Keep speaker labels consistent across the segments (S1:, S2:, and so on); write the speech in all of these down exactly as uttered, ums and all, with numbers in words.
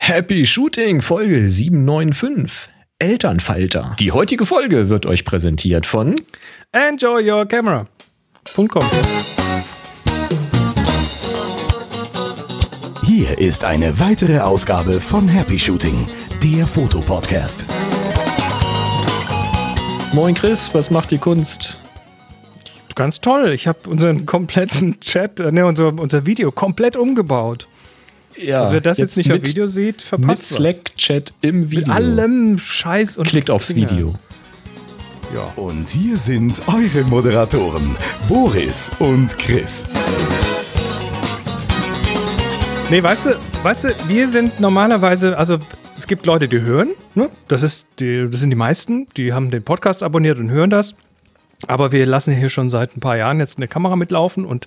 S1: Happy Shooting, Folge sieben neun fünf. Elternfalter. Die heutige Folge wird euch präsentiert von
S2: enjoy your camera punkt com.
S3: Hier ist eine weitere Ausgabe von Happy Shooting, der Fotopodcast.
S1: Moin Chris, was macht die Kunst?
S2: Ganz toll, ich habe unseren kompletten Chat, ne, unser, unser Video komplett umgebaut.
S1: Ja,
S2: also wer das jetzt, jetzt nicht
S1: mit,
S2: auf Video sieht, verpasst
S1: mit Slack-Chat im Video.
S2: Mit allem Scheiß und
S1: klickt aufs
S2: Finger.
S1: Video.
S2: Ja.
S3: Und hier sind eure Moderatoren, Boris und Chris.
S2: Nee, weißt du, weißt du, wir sind normalerweise, also es gibt Leute, die hören, ne? Das ist die, das sind die meisten, die haben den Podcast abonniert und hören das. Aber wir lassen hier schon seit ein paar Jahren jetzt eine Kamera mitlaufen und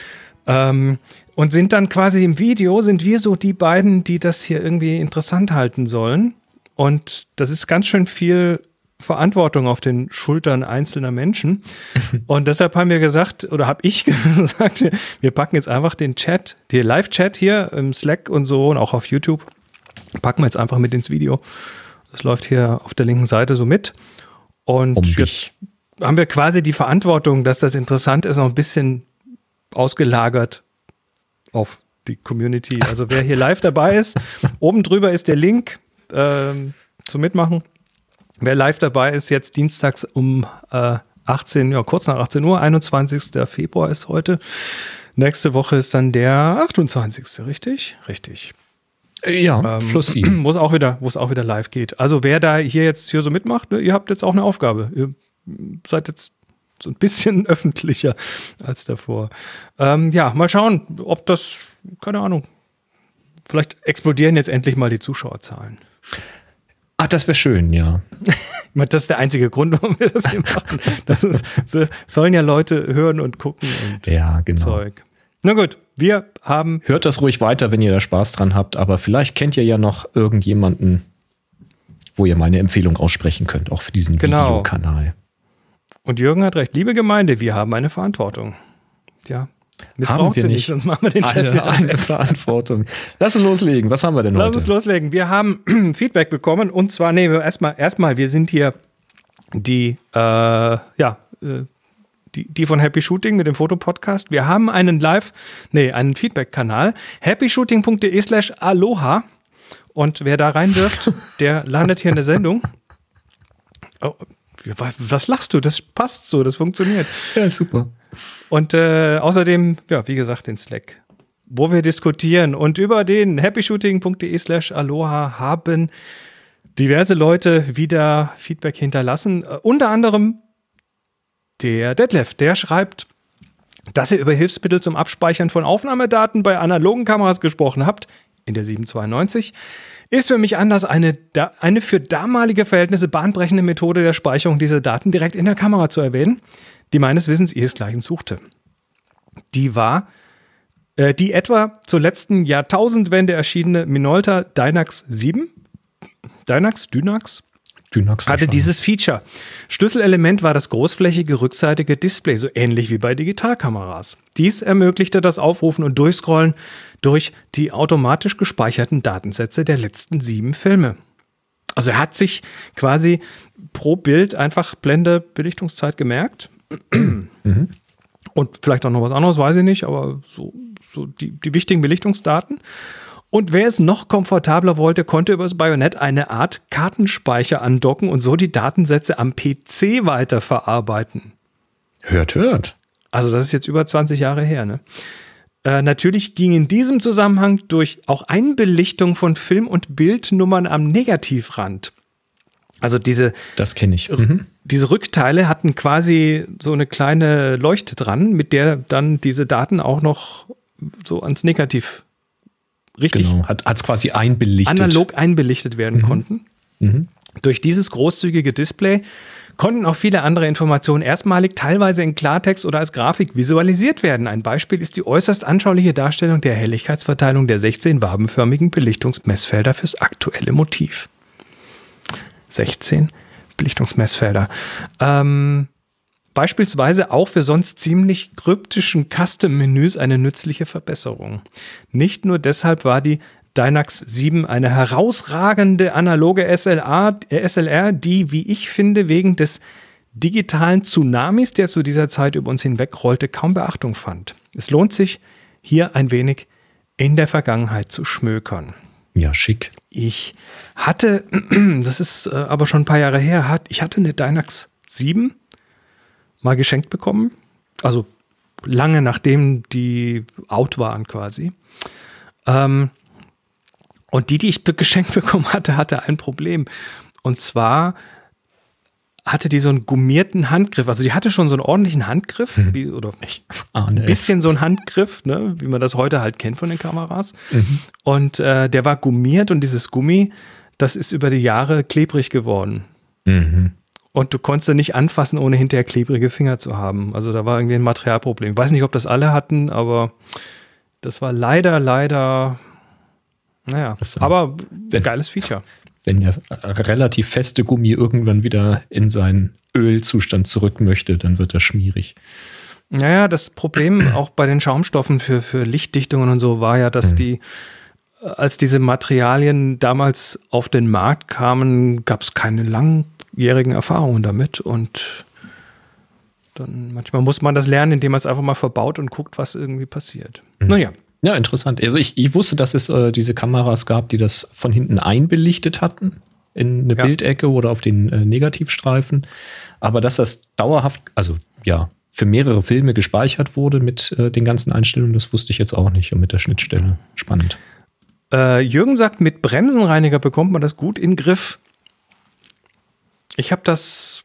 S2: ähm, und sind dann quasi im Video, sind wir so die beiden, die das hier irgendwie interessant halten sollen. Und das ist ganz schön viel Verantwortung auf den Schultern einzelner Menschen. Und deshalb haben wir gesagt, oder habe ich gesagt, wir packen jetzt einfach den Chat, den Live-Chat hier im Slack und so und auch auf YouTube, packen wir jetzt einfach mit ins Video. Das läuft hier auf der linken Seite so mit. Und
S1: um
S2: jetzt haben wir quasi die Verantwortung, dass das interessant ist, noch ein bisschen ausgelagert auf die Community. Also wer hier live dabei ist, oben drüber ist der Link ähm, zum Mitmachen. Wer live dabei ist, jetzt dienstags um äh, achtzehn, ja kurz nach achtzehn Uhr, einundzwanzigster Februar ist heute. Nächste Woche ist dann der achtundzwanzigste Richtig? Richtig.
S1: Ja,
S2: ähm,
S1: plus sieben.
S2: Wo es auch wieder, wo es auch wieder live geht. Also wer da hier jetzt hier so mitmacht, ne, ihr habt jetzt auch eine Aufgabe. Ihr seid jetzt so ein bisschen öffentlicher als davor. Ähm, ja, mal schauen, ob das, keine Ahnung, vielleicht explodieren jetzt endlich mal die Zuschauerzahlen.
S1: Ach, das wäre schön, ja.
S2: Das ist der einzige Grund, warum wir das hier machen. Das ist, so, sollen ja Leute hören und gucken und
S1: ja, genau.
S2: Zeug. Na gut, wir haben...
S1: Hört das ruhig weiter, wenn ihr da Spaß dran habt, aber vielleicht kennt ihr ja noch irgendjemanden, wo ihr meine Empfehlung aussprechen könnt, auch für diesen
S2: genau.
S1: Videokanal.
S2: Und Jürgen hat recht. Liebe Gemeinde, wir haben eine Verantwortung. Ja,
S1: haben wir nicht,
S2: sonst machen wir den Chat
S1: alle
S2: wieder
S1: eine
S2: weg.
S1: Verantwortung. Lass uns loslegen. Was haben wir denn
S2: Lass
S1: heute?
S2: uns loslegen. Wir haben Feedback bekommen und zwar, nee, erstmal, erstmal, wir sind hier die, äh, ja, äh, die, die von Happy Shooting mit dem Fotopodcast. Wir haben einen Live, nee, einen Feedback-Kanal, happyshooting.de slash aloha und wer da reinwirft, der landet hier in der Sendung. Oh, Was, was lachst du? Das passt so, das funktioniert.
S1: Ja, super.
S2: Und äh, außerdem, ja, wie gesagt, den Slack, wo wir diskutieren. Und über den happyshooting.de slash aloha haben diverse Leute wieder Feedback hinterlassen. Uh, unter anderem der Detlef, der schreibt, dass ihr über Hilfsmittel zum Abspeichern von Aufnahmedaten bei analogen Kameras gesprochen habt, in der sieben zweiundneunzig. Ist für mich anders eine, eine für damalige Verhältnisse bahnbrechende Methode der Speicherung dieser Daten direkt in der Kamera zu erwähnen, die meines Wissens ihresgleichen suchte. Die war äh, die etwa zur letzten Jahrtausendwende erschienene Minolta Dynax sieben, Dynax, Dynax,
S1: Dynax
S2: hatte dieses Feature. Schlüsselelement war das großflächige rückseitige Display, so ähnlich wie bei Digitalkameras. Dies ermöglichte das Aufrufen und Durchscrollen durch die automatisch gespeicherten Datensätze der letzten sieben Filme. Also er hat sich quasi pro Bild einfach Blende, Belichtungszeit gemerkt. Mhm. Und vielleicht auch noch was anderes, weiß ich nicht, aber so, so die, die wichtigen Belichtungsdaten. Und wer es noch komfortabler wollte, konnte über das Bajonett eine Art Kartenspeicher andocken und so die Datensätze am P C weiterverarbeiten.
S1: Hört, hört.
S2: Also das ist jetzt über zwanzig Jahre her, ne? Äh, natürlich ging in diesem Zusammenhang durch auch Einbelichtung von Film- und Bildnummern am Negativrand. Also diese,
S1: das kenne ich. Mhm.
S2: Diese Rückteile hatten quasi so eine kleine Leuchte dran, mit der dann diese Daten auch noch so ans Negativ richtig
S1: genau, hat es quasi einbelichtet.
S2: Analog einbelichtet werden mhm. konnten. Mhm. Durch dieses großzügige Display konnten auch viele andere Informationen erstmalig teilweise in Klartext oder als Grafik visualisiert werden. Ein Beispiel ist die äußerst anschauliche Darstellung der Helligkeitsverteilung der sechzehn wabenförmigen Belichtungsmessfelder fürs aktuelle Motiv. sechzehn Belichtungsmessfelder. Ähm, Beispielsweise auch für sonst ziemlich kryptischen Custom-Menüs eine nützliche Verbesserung. Nicht nur deshalb war die Dynax sieben, eine herausragende analoge S L A, äh, S L R, die, wie ich finde, wegen des digitalen Tsunamis, der zu dieser Zeit über uns hinwegrollte, kaum Beachtung fand. Es lohnt sich, hier ein wenig in der Vergangenheit zu schmökern.
S1: Ja, schick.
S2: Ich hatte, das ist äh, aber schon ein paar Jahre her, hat, ich hatte eine Dynax sieben mal geschenkt bekommen. Also lange nachdem die out waren quasi. Ähm, und die, die ich be- geschenkt bekommen hatte, hatte ein Problem. Und zwar hatte die so einen gummierten Handgriff. Also die hatte schon so einen ordentlichen Handgriff.
S1: Mhm.
S2: Wie, oder
S1: Ich
S2: ein bisschen es. so ein Handgriff, ne, wie man das heute halt kennt von den Kameras.
S1: Mhm.
S2: Und äh, der war gummiert und dieses Gummi, das ist über die Jahre klebrig geworden.
S1: Mhm.
S2: Und du konntest da nicht anfassen, ohne hinterher klebrige Finger zu haben. Also da war irgendwie ein Materialproblem. Ich weiß nicht, ob das alle hatten, aber das war leider, leider, naja,
S1: das,
S2: aber
S1: wenn,
S2: geiles Feature.
S1: Wenn der relativ feste Gummi irgendwann wieder in seinen Ölzustand zurück möchte, dann wird er schmierig.
S2: Naja, das Problem auch bei den Schaumstoffen für, für Lichtdichtungen und so war ja, dass mhm. die, als diese Materialien damals auf den Markt kamen, gab es keine langjährigen Erfahrungen damit und dann manchmal muss man das lernen, indem man es einfach mal verbaut und guckt, was irgendwie passiert. Mhm. Naja.
S1: Ja, interessant. Also ich, ich wusste, dass es äh, diese Kameras gab, die das von hinten einbelichtet hatten in eine ja. Bildecke oder auf den äh, Negativstreifen. Aber dass das dauerhaft, also ja, für mehrere Filme gespeichert wurde mit äh, den ganzen Einstellungen, das wusste ich jetzt auch nicht. Und mit der Schnittstelle. Spannend.
S2: Äh, Jürgen sagt, mit Bremsenreiniger bekommt man das gut in den Griff. Ich habe das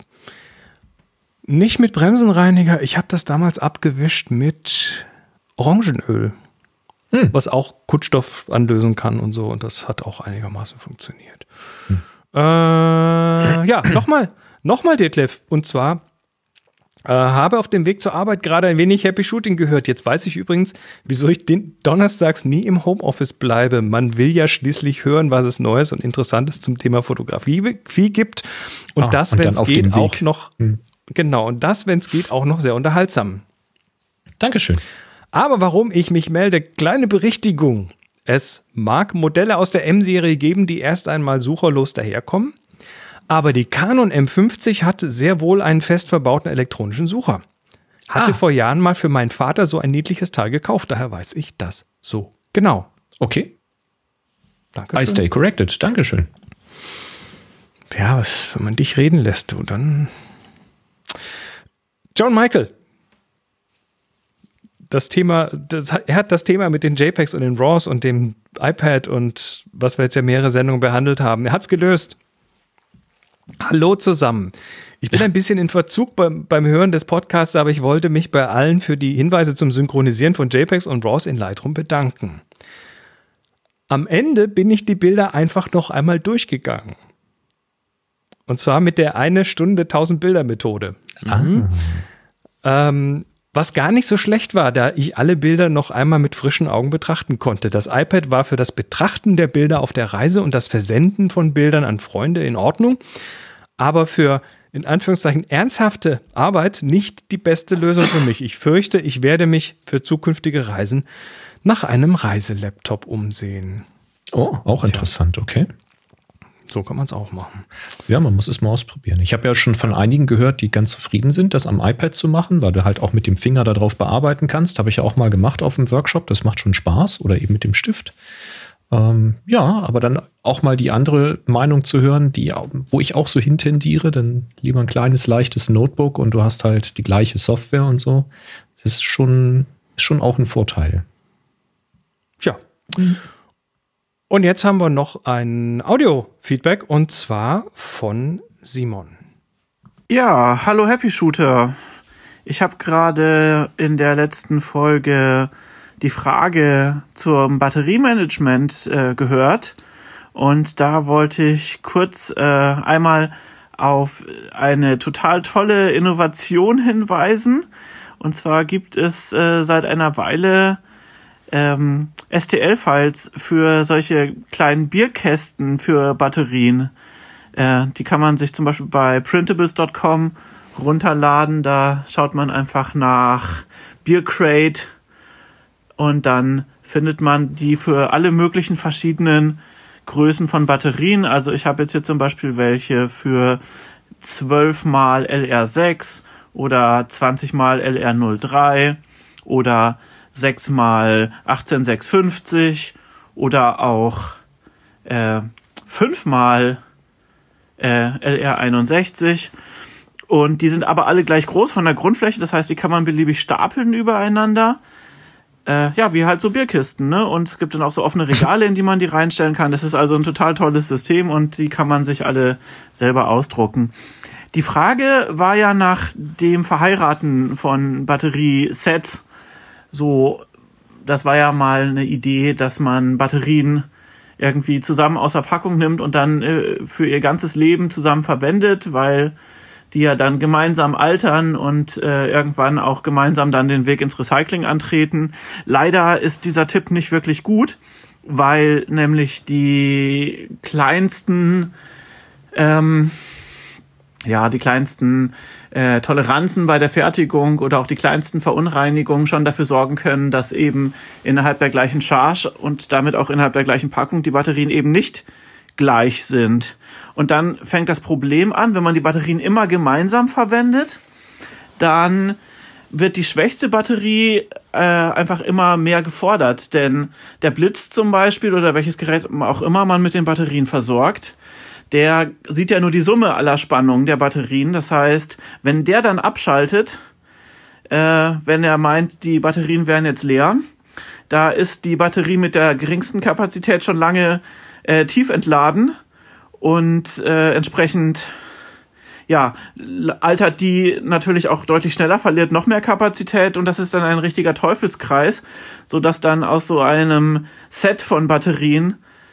S2: nicht mit Bremsenreiniger, ich habe das damals abgewischt mit Orangenöl. Hm. Was auch Kunststoff anlösen kann und so. Und das hat auch einigermaßen funktioniert. Hm. Äh, ja, nochmal, nochmal Detlef. Und zwar äh, habe auf dem Weg zur Arbeit gerade ein wenig Happy Shooting gehört. Jetzt weiß ich übrigens, wieso ich den donnerstags nie im Homeoffice bleibe. Man will ja schließlich hören, was es Neues und Interessantes zum Thema Fotografie gibt. Und ah, das, wenn es geht, auch noch, hm. genau, und das, wenn es geht, auch noch sehr unterhaltsam.
S1: Dankeschön.
S2: Aber warum ich mich melde, kleine Berichtigung. Es mag Modelle aus der M-Serie geben, die erst einmal sucherlos daherkommen, aber die Canon M fünfzig hat sehr wohl einen fest verbauten elektronischen Sucher. Hatte ah. vor Jahren mal für meinen Vater so ein niedliches Teil gekauft, daher weiß ich das so genau.
S1: Okay.
S2: Dankeschön.
S1: I stay corrected. Dankeschön.
S2: Ja, was, wenn man dich reden lässt, du, dann... John Michael. Das Thema, das, er hat das Thema mit den JPEGs und den RAWs und dem iPad und was wir jetzt ja mehrere Sendungen behandelt haben. Er hat es gelöst. Hallo zusammen. Ich bin ein bisschen in Verzug beim, beim Hören des Podcasts, aber ich wollte mich bei allen für die Hinweise zum Synchronisieren von JPEGs und RAWs in Lightroom bedanken. Am Ende bin ich die Bilder einfach noch einmal durchgegangen. Und zwar mit der eine Stunde tausend Bilder Methode.
S1: Ah.
S2: Mhm. Ähm, Was gar nicht so schlecht war, da ich alle Bilder noch einmal mit frischen Augen betrachten konnte. Das iPad war für das Betrachten der Bilder auf der Reise und das Versenden von Bildern an Freunde in Ordnung, aber für, in Anführungszeichen, ernsthafte Arbeit nicht die beste Lösung für mich. Ich fürchte, ich werde mich für zukünftige Reisen nach einem Reiselaptop umsehen.
S1: Oh, auch interessant, okay.
S2: So kann man es auch machen.
S1: Ja, man muss es mal ausprobieren. Ich habe ja schon von einigen gehört, die ganz zufrieden sind, das am iPad zu machen, weil du halt auch mit dem Finger darauf bearbeiten kannst. Habe ich ja auch mal gemacht auf dem Workshop. Das macht schon Spaß. Oder eben mit dem Stift. Ähm, ja, aber dann auch mal die andere Meinung zu hören, die, wo ich auch so hintendiere, dann lieber ein kleines, leichtes Notebook und du hast halt die gleiche Software und so. Das ist schon, ist schon auch ein Vorteil.
S2: Ja. Mhm. Und jetzt haben wir noch ein Audio-Feedback und zwar von Simon.
S4: Ja, hallo Happy Shooter. Ich habe gerade in der letzten Folge die Frage zum Batteriemanagement äh, gehört und da wollte ich kurz äh, einmal auf eine total tolle Innovation hinweisen. Und zwar gibt es äh, seit einer Weile Ähm, S T L-Files für solche kleinen Bierkästen für Batterien. Äh, die kann man sich zum Beispiel bei printables Punkt com runterladen. Da schaut man einfach nach Beer Crate und dann findet man die für alle möglichen verschiedenen Größen von Batterien. Also ich habe jetzt hier zum Beispiel welche für zwölf mal L R sechs oder zwanzig mal L R null drei oder sechs mal achtzehn sechshundertfünfzig oder auch äh, fünf mal äh, L R einundsechzig. Und die sind aber alle gleich groß von der Grundfläche. Das heißt, die kann man beliebig stapeln übereinander. Äh, ja, wie halt so Bierkisten, ne? Und es gibt dann auch so offene Regale, in die man die reinstellen kann. Das ist also ein total tolles System und die kann man sich alle selber ausdrucken. Die Frage war ja nach dem Verheiraten von Batteriesets. So, das war ja mal eine Idee, dass man Batterien irgendwie zusammen aus der Packung nimmt und dann äh, für ihr ganzes Leben zusammen verwendet, weil die ja dann gemeinsam altern und äh, irgendwann auch gemeinsam dann den Weg ins Recycling antreten. Leider ist dieser Tipp nicht wirklich gut, weil nämlich die kleinsten ähm, ja, die kleinsten äh, Toleranzen bei der Fertigung oder auch die kleinsten Verunreinigungen schon dafür sorgen können, dass eben innerhalb der gleichen Charge und damit auch innerhalb der gleichen Packung die Batterien eben nicht gleich sind. Und dann fängt das Problem an, wenn man die Batterien immer gemeinsam verwendet, dann wird die schwächste Batterie äh, einfach immer mehr gefordert. Denn der Blitz zum Beispiel oder welches Gerät auch immer man mit den Batterien versorgt, der sieht ja nur die Summe aller Spannungen der Batterien. Das heißt, wenn der dann abschaltet, äh, wenn er meint, die Batterien wären jetzt leer, da ist die Batterie mit der geringsten Kapazität schon lange äh, tief entladen und äh, entsprechend ja, altert die natürlich auch deutlich schneller, verliert noch mehr Kapazität und das ist dann ein richtiger Teufelskreis, sodass dann aus so einem Set von Batterien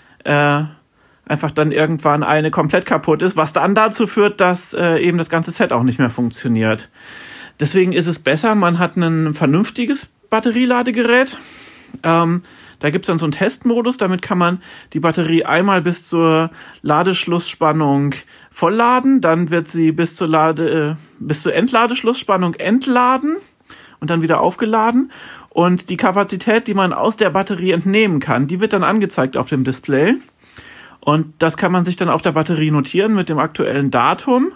S4: äh, einfach dann irgendwann eine komplett kaputt ist, was dann dazu führt, dass äh, eben das ganze Set auch nicht mehr funktioniert. Deswegen ist es besser, man hat ein vernünftiges Batterieladegerät. Ähm, da gibt es dann so einen Testmodus, damit kann man die Batterie einmal bis zur Ladeschlussspannung vollladen, dann wird sie bis zur Lade, äh, bis zur Entladeschlussspannung entladen und dann wieder aufgeladen. Und die Kapazität, die man aus der Batterie entnehmen kann, die wird dann angezeigt auf dem Display. Und das kann man sich dann auf der Batterie notieren mit dem aktuellen Datum.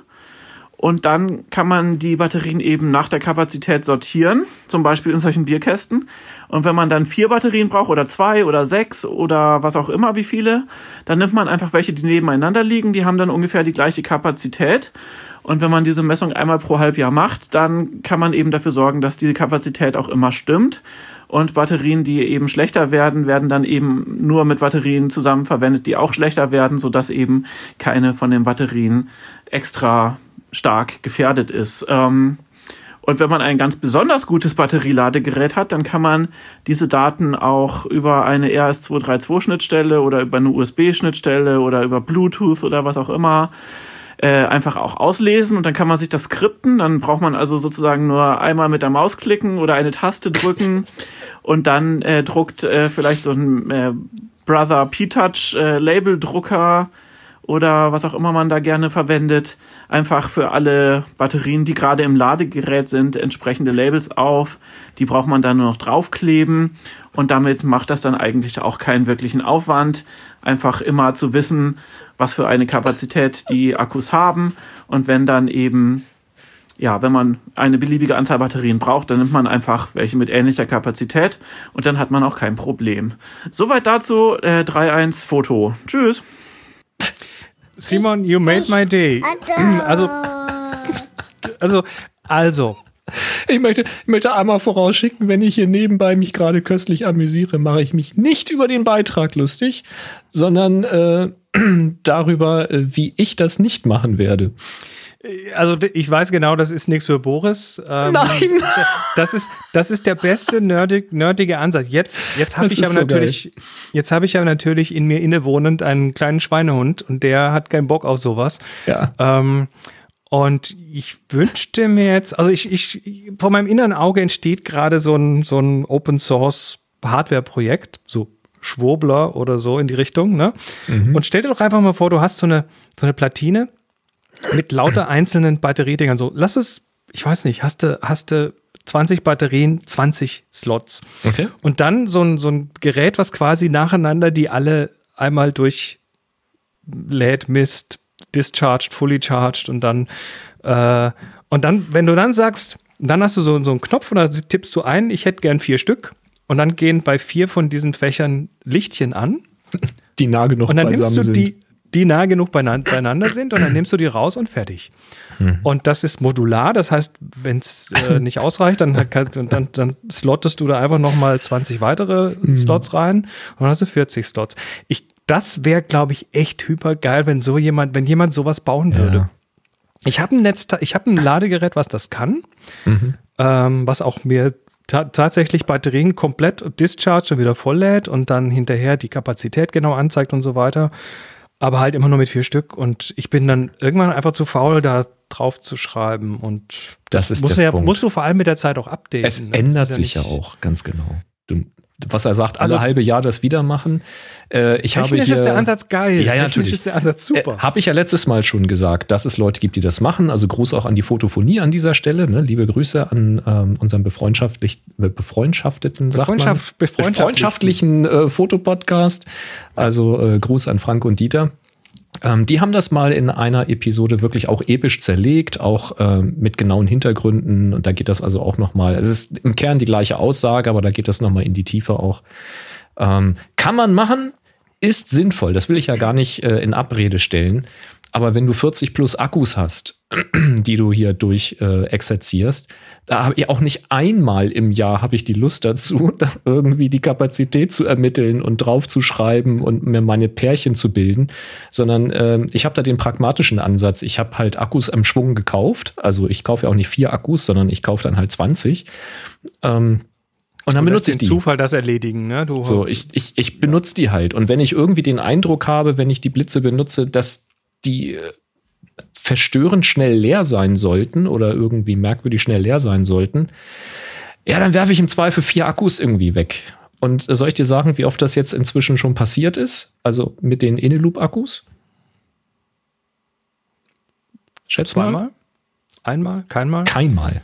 S4: Und dann kann man die Batterien eben nach der Kapazität sortieren, zum Beispiel in solchen Bierkästen. Und wenn man dann vier Batterien braucht oder zwei oder sechs oder was auch immer, wie viele, dann nimmt man einfach welche, die nebeneinander liegen. Die haben dann ungefähr die gleiche Kapazität. Und wenn man diese Messung einmal pro Halbjahr macht, dann kann man eben dafür sorgen, dass diese Kapazität auch immer stimmt. Und Batterien, die eben schlechter werden, werden dann eben nur mit Batterien zusammen verwendet, die auch schlechter werden, sodass eben keine von den Batterien extra stark gefährdet ist. Ähm, und wenn man ein ganz besonders gutes Batterieladegerät hat, dann kann man diese Daten auch über eine R S zwei drei zwei Schnittstelle oder über eine U S B-Schnittstelle oder über Bluetooth oder was auch immer äh, einfach auch auslesen und dann kann man sich das skripten. Dann braucht man also sozusagen nur einmal mit der Maus klicken oder eine Taste drücken und dann äh, druckt äh, vielleicht so ein äh, Brother P-Touch äh, Labeldrucker oder was auch immer man da gerne verwendet, einfach für alle Batterien, die gerade im Ladegerät sind, entsprechende Labels auf. Die braucht man dann nur noch draufkleben und damit macht das dann eigentlich auch keinen wirklichen Aufwand. Einfach immer zu wissen, was für eine Kapazität die Akkus haben und wenn dann eben, ja, wenn man eine beliebige Anzahl Batterien braucht, dann nimmt man einfach welche mit ähnlicher Kapazität und dann hat man auch kein Problem. Soweit dazu, äh, drei eins Foto. Tschüss.
S2: Simon, you made my day. Also, also, also.
S1: Ich möchte, ich möchte einmal vorausschicken, wenn ich hier nebenbei mich gerade köstlich amüsiere, mache ich mich nicht über den Beitrag lustig, sondern äh, darüber, wie ich das nicht machen werde.
S2: Also ich weiß genau, das ist nichts für Boris. Ähm,
S1: Nein!
S2: Das ist, das ist der beste nerdig, nerdige Ansatz. Jetzt, jetzt habe ich aber
S1: so
S2: natürlich,
S1: geil.
S2: jetzt habe ich aber natürlich in mir innewohnend einen kleinen Schweinehund und der hat keinen Bock auf sowas.
S1: Ja.
S2: Ähm, und ich wünschte mir jetzt, also ich, ich, vor meinem inneren Auge entsteht gerade so ein, so ein Open Source Hardware-Projekt, so Schwurbler oder so in die Richtung, ne? Mhm. Und stell dir doch einfach mal vor, du hast so eine, so eine Platine mit lauter einzelnen Batteriedingern. So, lass es, ich weiß nicht, hast du, hast du zwanzig Batterien, zwanzig Slots.
S1: Okay.
S2: Und dann so ein, so ein Gerät, was quasi nacheinander die alle einmal durch lädt, misst, discharged, fully charged und dann, äh, und dann, wenn du dann sagst, dann hast du so, so einen Knopf und da tippst du ein, ich hätte gern vier Stück und dann gehen bei vier von diesen Fächern Lichtchen an.
S1: Die nah genug
S2: und dann
S1: beisammen
S2: nimmst du
S1: sind.
S2: die, die nah genug beieinander sind und dann nimmst du die raus und fertig. Hm. Und das ist modular, das heißt, wenn es äh, nicht ausreicht, dann, dann, dann slottest du da einfach nochmal zwanzig weitere hm. Slots rein und dann hast du vierzig Slots. Ich, das wäre, glaube ich, echt hyper geil, wenn so jemand, wenn jemand sowas bauen würde.
S1: Ja.
S2: Ich habe ein Netz, ich habe ein Ladegerät, was das kann, mhm. ähm, was auch mir ta- tatsächlich Batterien komplett discharge und wieder volllädt und dann hinterher die Kapazität genau anzeigt und so weiter. Aber halt immer nur mit vier Stück und ich bin dann irgendwann einfach zu faul, da drauf zu schreiben und
S1: das, das ist
S2: musst,
S1: der
S2: du ja,
S1: Punkt.
S2: musst du vor allem mit der Zeit auch updaten.
S1: Es
S2: ne?
S1: ändert
S2: ja
S1: sich ja
S2: nicht,
S1: auch, ganz genau. Du, was er sagt, alle
S2: Also-
S1: halbe Jahr das wieder machen. Äh, ich habe
S2: Technisch
S1: hier,
S2: ist der Ansatz geil.
S1: Ja, ja,
S2: Technisch
S1: natürlich.
S2: ist der Ansatz super.
S1: Äh, habe ich ja letztes Mal schon gesagt, dass es Leute gibt, die das machen. Also Gruß auch an die Photophonie an dieser Stelle. Ne? Liebe Grüße an ähm, unseren befreundschaftlich, äh, befreundschafteten, sagt man,
S2: Befreundschaft-
S1: befreundschaftlichen äh, Fotopodcast. Also äh, Gruß an Frank und Dieter. Ähm, die haben das mal in einer Episode wirklich auch episch zerlegt, auch ähm, mit genauen Hintergründen. Und da geht das also auch noch mal. Es ist im Kern die gleiche Aussage, aber da geht das noch mal in die Tiefe auch. Ähm, kann man machen, ist sinnvoll. Das will ich ja gar nicht äh, in Abrede stellen. Aber wenn du vierzig plus Akkus hast, die du hier durch äh, exerzierst, da habe ich auch nicht einmal im Jahr habe ich die Lust dazu, da irgendwie die Kapazität zu ermitteln und draufzuschreiben und mir meine Pärchen zu bilden, sondern äh, ich habe da den pragmatischen Ansatz. Ich habe halt Akkus am Schwung gekauft. Also ich kaufe ja auch nicht vier Akkus, sondern ich kaufe dann halt zwanzig. Ähm, Und dann
S2: Du
S1: benutze
S2: lässt
S1: ich
S2: den
S1: die.
S2: Zufall das erledigen, ne? Du,
S1: So, ich, ich, ich benutze die halt. Und wenn ich irgendwie den Eindruck habe, wenn ich die Blitze benutze, dass die äh, verstörend schnell leer sein sollten oder irgendwie merkwürdig schnell leer sein sollten, ja, dann werfe ich im Zweifel vier Akkus irgendwie weg. Und äh, soll ich dir sagen, wie oft das jetzt inzwischen schon passiert ist? Also mit den Eneloop-Akkus? Schätz mal.
S2: zweimal? Einmal? Keinmal?
S1: Keinmal.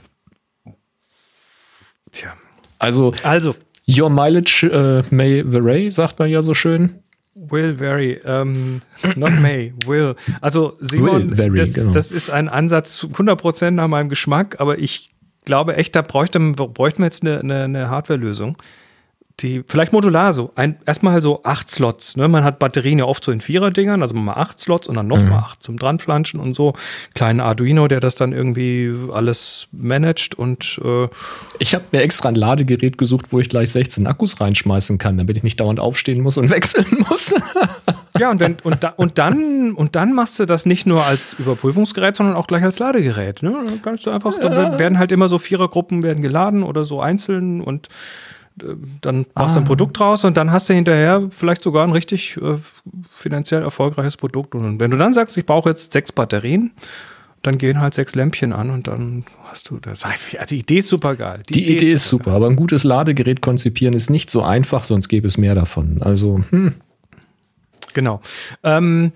S2: Tja.
S1: Also,
S2: Also,
S1: your mileage äh, may vary, sagt man ja so schön.
S2: will vary, ähm, not may, will. Also Simon,
S1: Will vary,
S2: das,
S1: genau.
S2: das ist ein Ansatz zu hundert Prozent nach meinem Geschmack, aber ich glaube echt, da bräuchte, bräuchten wir jetzt eine, eine, eine Hardware-Lösung. Die, vielleicht modular so. Ein, erstmal so acht Slots. Ne? Man hat Batterien ja oft so in Vierer-Dingern, also mal acht Slots und dann noch
S1: Mhm.
S2: mal acht zum Dranflanschen und so. Kleinen Arduino, der das dann irgendwie alles managt und äh,
S1: Ich habe mir extra ein Ladegerät gesucht, wo ich gleich sechzehn Akkus reinschmeißen kann, damit ich nicht dauernd aufstehen muss und wechseln muss.
S2: ja, und, wenn, und, da, und, dann, und dann machst du das nicht nur als Überprüfungsgerät, sondern auch gleich als Ladegerät. Ne? Dann kannst du einfach,
S1: Ja.
S2: da werden halt immer so Vierergruppen werden geladen oder so einzeln und äh, dann machst du ein
S1: Ah.
S2: Produkt draus und dann hast du hinterher vielleicht sogar ein richtig äh, finanziell erfolgreiches Produkt. Und wenn du dann sagst, ich brauche jetzt sechs Batterien, dann gehen halt sechs Lämpchen an und dann hast du das. Also die Idee ist super geil.
S1: Die Idee ist super, aber ein gutes Ladegerät konzipieren ist nicht so einfach, sonst gäbe es mehr davon. Also, hm.
S2: Genau. Ähm,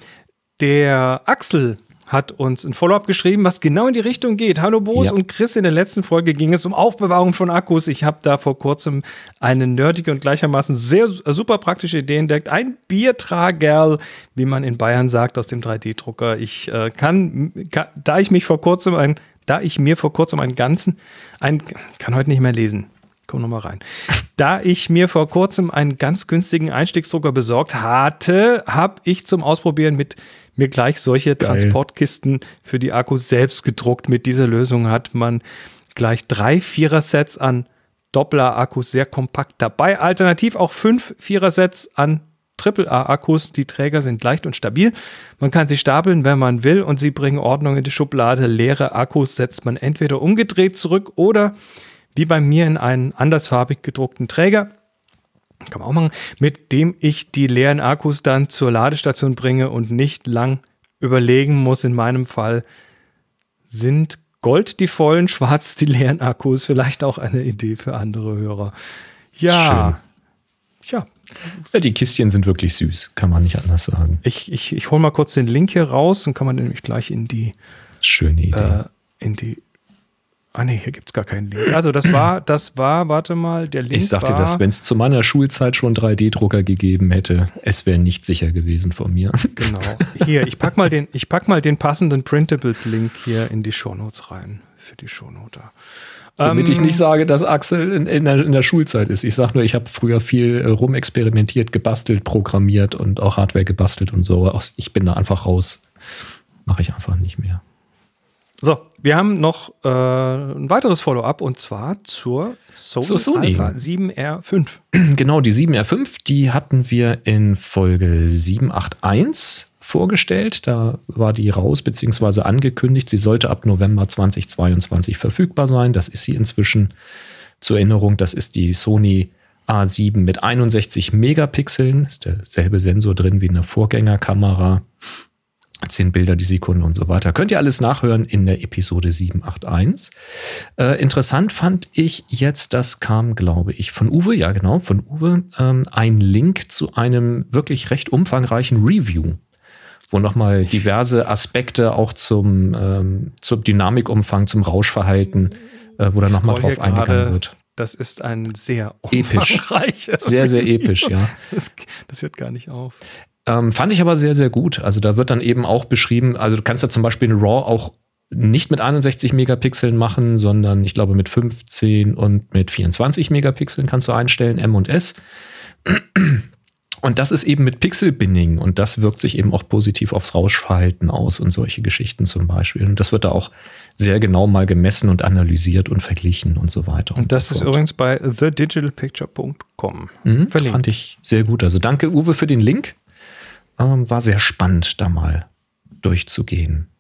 S2: der Axel hat uns ein Follow-up geschrieben, was genau in die Richtung geht. Hallo Boos
S1: Ja.
S2: und Chris, in der letzten Folge ging es um Aufbewahrung von Akkus. Ich habe da vor kurzem eine nerdige und gleichermaßen sehr äh, super praktische Idee entdeckt. Ein Biertragerl, wie man in Bayern sagt, aus dem drei D Drucker. Ich äh, kann, kann, da ich mich vor kurzem ein, da ich mir vor kurzem einen ganzen, ein, kann heute nicht mehr lesen. Komm noch mal rein. Da ich mir vor kurzem einen ganz günstigen Einstiegsdrucker besorgt hatte, habe ich zum Ausprobieren mit mir gleich solche
S1: Geil.
S2: Transportkisten für die Akkus selbst gedruckt. Mit dieser Lösung hat man gleich drei Vierer-Sets an Doppler-Akkus sehr kompakt dabei. Alternativ auch fünf Vierer-Sets an Triple-A-Akkus. Die Träger sind leicht und stabil. Man kann sie stapeln, wenn man will, und sie bringen Ordnung in die Schublade. Leere Akkus setzt man entweder umgedreht zurück oder wie bei mir in einen andersfarbig gedruckten Träger. Kann man auch machen, mit dem ich die leeren Akkus dann zur Ladestation bringe und nicht lang überlegen muss. In meinem Fall sind Gold die vollen, schwarz die leeren Akkus. Vielleicht auch eine Idee für andere Hörer. Ja. Tja.
S1: Ja, die Kistchen sind wirklich süß, kann man nicht anders sagen.
S2: Ich, ich, ich hole mal kurz den Link hier raus und kann man nämlich gleich in die,
S1: Schöne Idee.
S2: äh, in die Ah nee, hier gibt es gar keinen Link. Also das war, das war, warte mal, der Link
S1: Ich sagte
S2: war,
S1: das, wenn es zu meiner Schulzeit schon drei D-Drucker gegeben hätte, es wäre nicht sicher gewesen von mir.
S2: Genau. Hier, ich pack mal den, ich pack mal den passenden Printables-Link hier in die Shownotes rein. Für die Shownoter.
S1: Damit
S2: ähm,
S1: ich nicht sage, dass Axel in, in, der, in der Schulzeit ist. Ich sage nur, ich habe früher viel äh, rumexperimentiert, gebastelt, programmiert und auch Hardware gebastelt und so. Ich bin da einfach raus. Mache ich einfach nicht mehr.
S2: So, wir haben noch äh, ein weiteres Follow-up und zwar zur Sony,
S1: zur Sony
S2: Alpha sieben R fünf.
S1: Genau, die sieben R fünf, die hatten wir in Folge sieben acht eins vorgestellt. Da war die raus, beziehungsweise angekündigt. Sie sollte ab November zweitausendzweiundzwanzig verfügbar sein. Das ist sie inzwischen. Zur Erinnerung, das ist die Sony A sieben mit einundsechzig Megapixeln. Ist derselbe Sensor drin wie in der Vorgängerkamera. zehn Bilder die Sekunde und so weiter. Könnt ihr alles nachhören in der Episode sieben acht eins. Äh, interessant fand ich jetzt, das kam, glaube ich, von Uwe, ja genau, von Uwe, ähm, ein Link zu einem wirklich recht umfangreichen Review, wo nochmal diverse Aspekte auch zum, ähm, zum Dynamikumfang, zum Rauschverhalten, äh, wo da nochmal drauf eingegangen wird.
S2: Das ist ein sehr
S1: episch. Sehr, sehr episch, ja.
S2: Das, das hört gar nicht auf.
S1: Ähm, fand ich aber sehr, sehr gut. Also da wird dann eben auch beschrieben, also du kannst ja zum Beispiel ein RAW auch nicht mit einundsechzig Megapixeln machen, sondern ich glaube mit fünfzehn und mit vierundzwanzig Megapixeln kannst du einstellen, M und S. Und das ist eben mit Pixel-Binning und das wirkt sich eben auch positiv aufs Rauschverhalten aus und solche Geschichten zum Beispiel. Und das wird da auch sehr genau mal gemessen und analysiert und verglichen und so weiter.
S2: Und, und das
S1: so
S2: ist übrigens bei the digital picture Punkt com.
S1: Mhm, fand ich sehr gut. Also danke Uwe für den Link. Ähm, war sehr spannend, da mal durchzugehen.